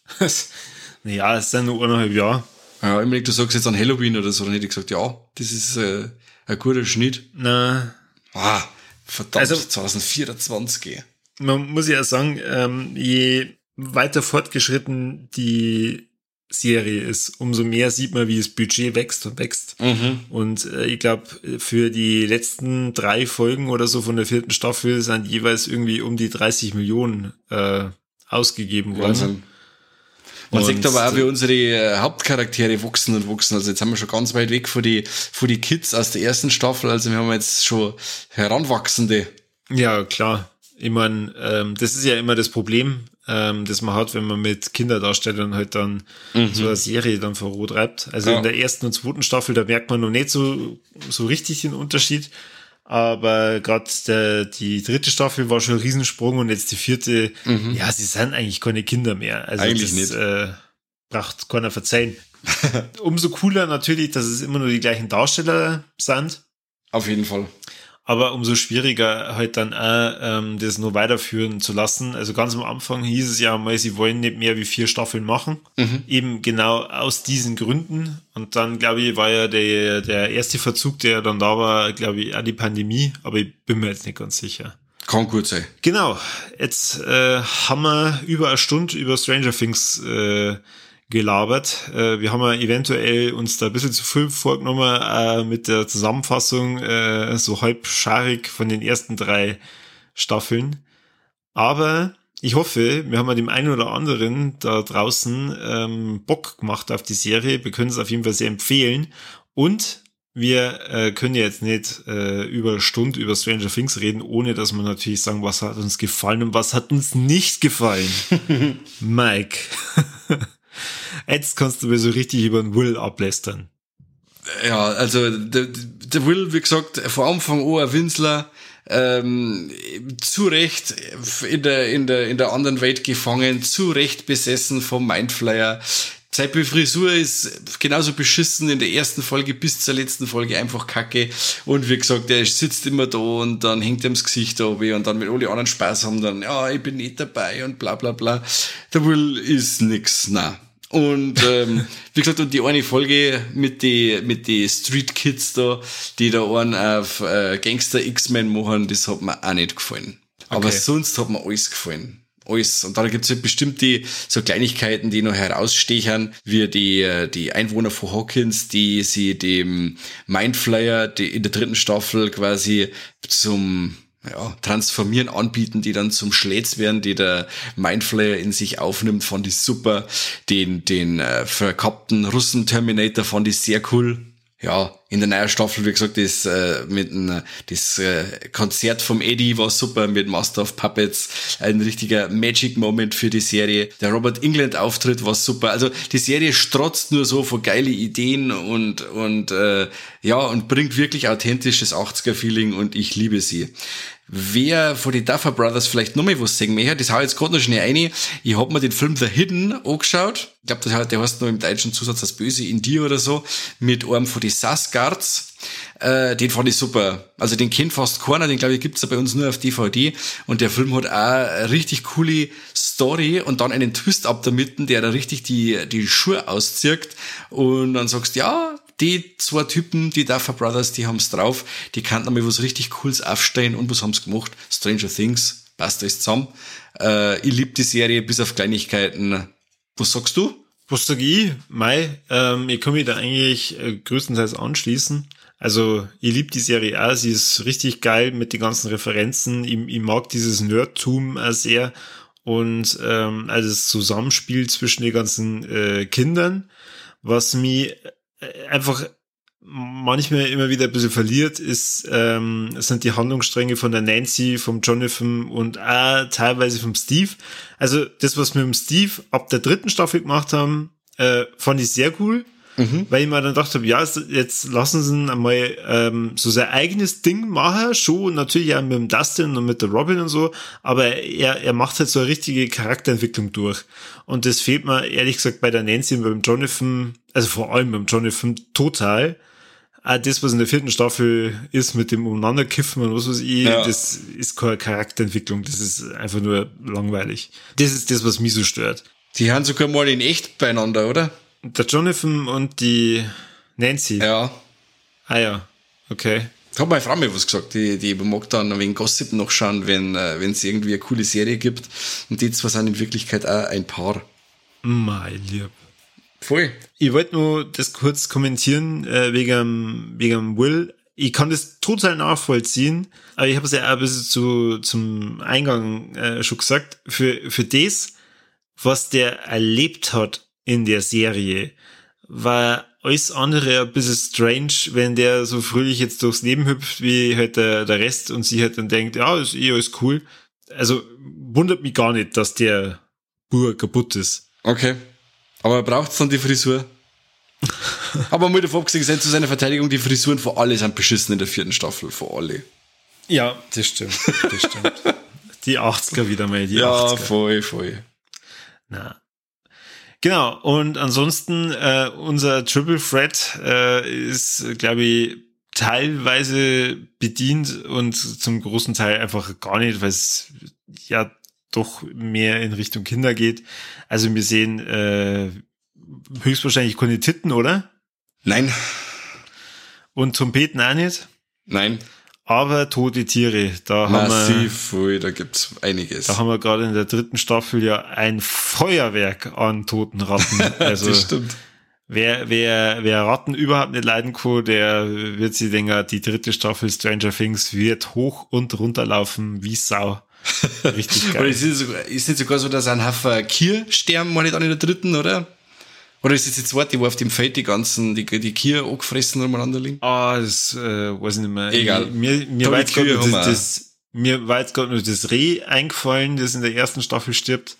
Naja, es sind nur 1,5 Jahre. Ja, ich meine, du sagst jetzt an Halloween oder so, dann hätte ich gesagt, ja, das ist ein guter Schnitt. Na. Verdammt, Also, 2024. Man muss ja sagen, je weiter fortgeschritten die Serie ist, umso mehr sieht man, wie das Budget wächst und wächst. Und ich glaube, für die letzten 3 Folgen oder so von der 4. Staffel sind jeweils irgendwie um die 30 Millionen ausgegeben worden. Wahnsinn. Man sieht aber auch, wie unsere Hauptcharaktere wachsen und wachsen. Also jetzt haben wir schon ganz weit weg von die Kids aus der ersten Staffel. Also wir haben jetzt schon Heranwachsende. Ja, klar. Ich meine, das ist ja immer das Problem, das man hat, wenn man mit Kinderdarstellern halt dann so eine Serie dann vorantreibt. Also in der 1. und 2. Staffel, da merkt man noch nicht so richtig den Unterschied. Aber gerade die 3. Staffel war schon ein Riesensprung und jetzt die 4. Ja, sie sind eigentlich keine Kinder mehr. Also eigentlich das nicht. Braucht keiner verzeihen. Umso cooler natürlich, dass es immer nur die gleichen Darsteller sind. Auf jeden Fall. Aber umso schwieriger halt dann auch, das nur weiterführen zu lassen. Also ganz am Anfang hieß es ja mal, sie wollen nicht mehr wie 4 Staffeln machen. Eben genau aus diesen Gründen. Und dann, glaube ich, war ja der erste Verzug, der dann da war, glaube ich, auch die Pandemie. Aber ich bin mir jetzt nicht ganz sicher. Kann gut sein. Genau. Jetzt haben wir über eine Stunde über Stranger Things gelabert. Wir haben ja eventuell uns da ein bisschen zu viel vorgenommen mit der Zusammenfassung, so halbscharig von den ersten 3 Staffeln. Aber ich hoffe, wir haben dem einen oder anderen da draußen Bock gemacht auf die Serie. Wir können es auf jeden Fall sehr empfehlen. Und wir können ja jetzt nicht über eine Stunde über Stranger Things reden, ohne dass wir natürlich sagen, was hat uns gefallen und was hat uns nicht gefallen. Mike. Jetzt kannst du mir so richtig über den Will ablästern. Ja, also der Will, wie gesagt, von Anfang an ein Winsler, zu Recht in der anderen Welt gefangen, zu Recht besessen vom Mindflayer. Seine Frisur ist genauso beschissen in der ersten Folge bis zur letzten Folge einfach kacke. Und wie gesagt, er sitzt immer da und dann hängt ihm das Gesicht da oben und dann, wenn alle anderen Spaß haben, dann, ja, ich bin nicht dabei und bla bla bla. Der Will ist nix, na. Und wie gesagt, und die eine Folge mit die Street Kids da, die da einen auf Gangster X-Men machen, das hat mir auch nicht gefallen. Aber Okay. sonst hat mir alles gefallen. Alles. Und dann gibt's halt bestimmt so Kleinigkeiten, die noch herausstechen, wie die Einwohner von Hawkins, die sie dem Mindflayer in der 3. Staffel quasi zum Transformieren anbieten, die dann zum Schlätz werden, die der Mindflayer in sich aufnimmt, fand ich super. Den verkappten Russen-Terminator fand ich sehr cool. Ja, in der neuen Staffel, wie gesagt, das Konzert vom Eddie war super mit Master of Puppets. Ein richtiger Magic-Moment für die Serie. Der Robert Englund-Auftritt war super. Also die Serie strotzt nur so von geile Ideen und bringt wirklich authentisches 80er-Feeling und ich liebe sie. Wer von den Duffer Brothers vielleicht noch mal was sagen möchte, das hau ich jetzt gerade noch schnell rein. Ich hab mir den Film The Hidden angeschaut. Ich glaube, der heißt noch im deutschen Zusatz Das Böse in dir oder so. Mit einem von den Sasgards. Den fand ich super. Also den kennt fast keiner, den glaube ich gibt's ja bei uns nur auf DVD. Und der Film hat auch eine richtig coole Story und dann einen Twist ab der Mitte, der da richtig die Schuhe auszieht. Und dann sagst du, ja, die 2 Typen, die Duffer Brothers, die haben's drauf. Die kannten einmal was richtig Cooles aufstehen. Und was haben's gemacht? Stranger Things. Passt alles zusammen. Ich liebe die Serie bis auf Kleinigkeiten. Was sagst du? Was sag ich? Ich kann mich da eigentlich größtenteils anschließen. Also, ich liebe die Serie auch. Sie ist richtig geil mit den ganzen Referenzen. Ich mag dieses Nerdtum auch sehr. Und also das Zusammenspiel zwischen den ganzen Kindern, was mich einfach manchmal immer wieder ein bisschen verliert, sind die Handlungsstränge von der Nancy, vom Jonathan und auch teilweise vom Steve. Also das, was wir mit dem Steve ab der 3. Staffel gemacht haben, fand ich sehr cool, weil ich mir dann gedacht habe, ja, jetzt lassen sie ihn einmal so sein eigenes Ding machen, schon natürlich auch mit dem Dustin und mit der Robin und so, aber er macht halt so eine richtige Charakterentwicklung durch. Und das fehlt mir ehrlich gesagt bei der Nancy und beim Jonathan, also vor allem beim Jonathan total. Auch das, was in der 4. Staffel ist mit dem Umeinanderkiffen und was weiß ich, das ist keine Charakterentwicklung, das ist einfach nur langweilig. Das ist das, was mich so stört. Die haben sogar mal in echt beieinander, oder? Der Jonathan und die Nancy. Ja. Ah ja, okay. Da hat meine Frau mir was gesagt, die mag dann wegen Gossip noch schauen, wenn es irgendwie eine coole Serie gibt. Und die zwei sind in Wirklichkeit auch ein Paar. Mein Lieb. Voll. Ich wollte nur das kurz kommentieren, wegen Will. Ich kann das total nachvollziehen, aber ich habe es ja auch ein bisschen zum Eingang schon gesagt. Für das, was der erlebt hat in der Serie, war alles andere ein bisschen strange, wenn der so fröhlich jetzt durchs Leben hüpft, wie halt der Rest und sie halt dann denkt, ja, ist eh alles cool. Also wundert mich gar nicht, dass der Bur kaputt ist. Okay. Aber braucht's dann die Frisur? Aber mal davon abgesehen, zu seiner Verteidigung, die Frisuren von alle sind beschissen in der 4. Staffel, von alle. Ja, das stimmt. Die 80er wieder mal, die 80er. Ja, voll. Na. Genau, und ansonsten unser Triple Threat ist, glaube ich, teilweise bedient und zum großen Teil einfach gar nicht, weil es ja doch mehr in Richtung Kinder geht. Also wir sehen höchstwahrscheinlich keine Titten, oder? Nein. Und Trompeten auch nicht? Nein. Aber tote Tiere, massiv, da gibt's einiges. Da haben wir gerade in der 3. Staffel ja ein Feuerwerk an toten Ratten. Also das stimmt. Wer Ratten überhaupt nicht leiden kann, der wird sich denken, die 3. Staffel Stranger Things wird hoch und runter laufen wie Sau. Richtig geil. Oder ist nicht sogar so, dass ein Haufen Kier sterben, mal nicht an in der 3., oder? Oder ist das die 2., wo auf dem Feld die Kier angefressen umeinander liegen? Das weiß ich nicht mehr. Egal. Mir war jetzt gerade nur das Reh eingefallen, das in der 1. Staffel stirbt.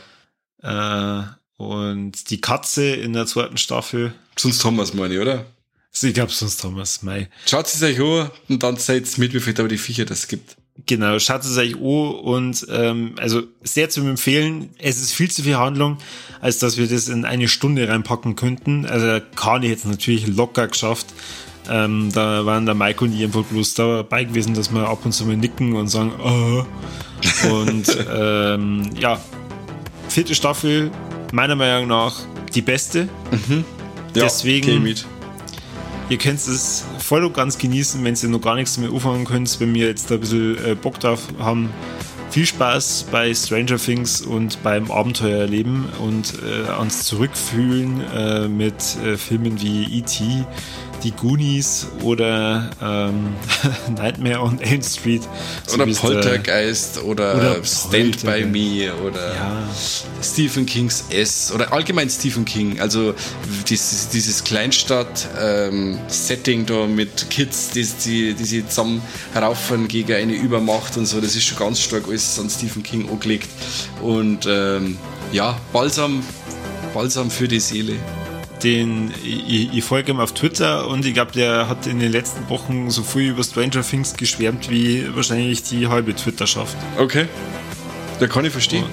Ja. Und die Katze in der 2. Staffel. Sonst haben wir es, meine ich, oder? Ich glaube, sonst haben wir es. Schaut es euch an und dann seid mit, wie viele aber die Viecher das gibt. Genau, schaut es euch an und also sehr zu empfehlen. Es ist viel zu viel Handlung, als dass wir das in eine Stunde reinpacken könnten. Also Kani hätte es natürlich locker geschafft. Da waren der Mike und ich einfach bloß dabei gewesen, dass wir ab und zu mal nicken und sagen, Und ja, 4. Staffel, meiner Meinung nach die beste. Ja, deswegen, ihr könnt es voll und ganz genießen, wenn ihr noch gar nichts mehr anfangen könnt, wenn wir jetzt da ein bisschen Bock drauf haben. Viel Spaß bei Stranger Things und beim Abenteuerleben und ans Zurückfühlen mit Filmen wie E.T., die Goonies oder Nightmare on Elm Street. So oder Poltergeist oder Stand By Me oder Stephen Kings S oder allgemein Stephen King. Also dieses Kleinstadt-Setting da mit Kids, die sich zusammen heraufen gegen eine Übermacht und so, das ist schon ganz stark alles an Stephen King angelegt. Und Balsam für die Seele. Ich folge ihm auf Twitter und ich glaube, der hat in den letzten Wochen so viel über Stranger Things geschwärmt wie wahrscheinlich die halbe Twitterschaft. Okay. Da kann ich verstehen.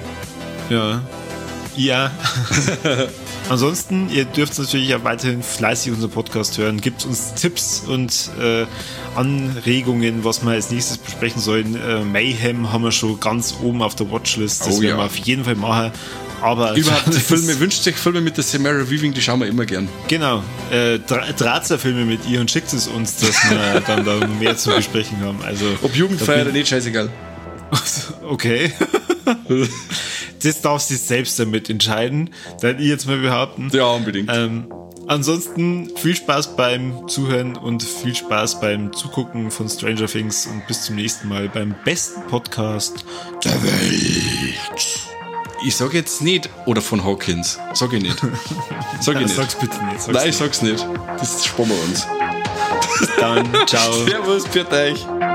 Ja. Ansonsten, ihr dürft natürlich auch weiterhin fleißig unseren Podcast hören. Gebt uns Tipps und Anregungen, was wir als nächstes besprechen sollen. Mayhem haben wir schon ganz oben auf der Watchlist. Das werden wir auf jeden Fall machen. Aber überhaupt Filme, wünscht euch Filme mit der Samara Weaving, die schauen wir immer gern. Genau. Drahtser Filme mit ihr und schickt es uns, dass wir dann da mehr zu besprechen haben. Also, ob jugendfrei oder nicht, scheißegal. Okay. Das darf sie selbst damit entscheiden, dann ich jetzt mal behaupten. Ja, unbedingt. Ansonsten viel Spaß beim Zuhören und viel Spaß beim Zugucken von Stranger Things und bis zum nächsten Mal beim besten Podcast der Welt. Ich sag jetzt nicht, oder von Hawkins. Sag ich nicht. Sag's bitte nicht. Nein, ich sag's nicht. Das sparen wir uns. Bis dann. Ciao. Servus, für euch.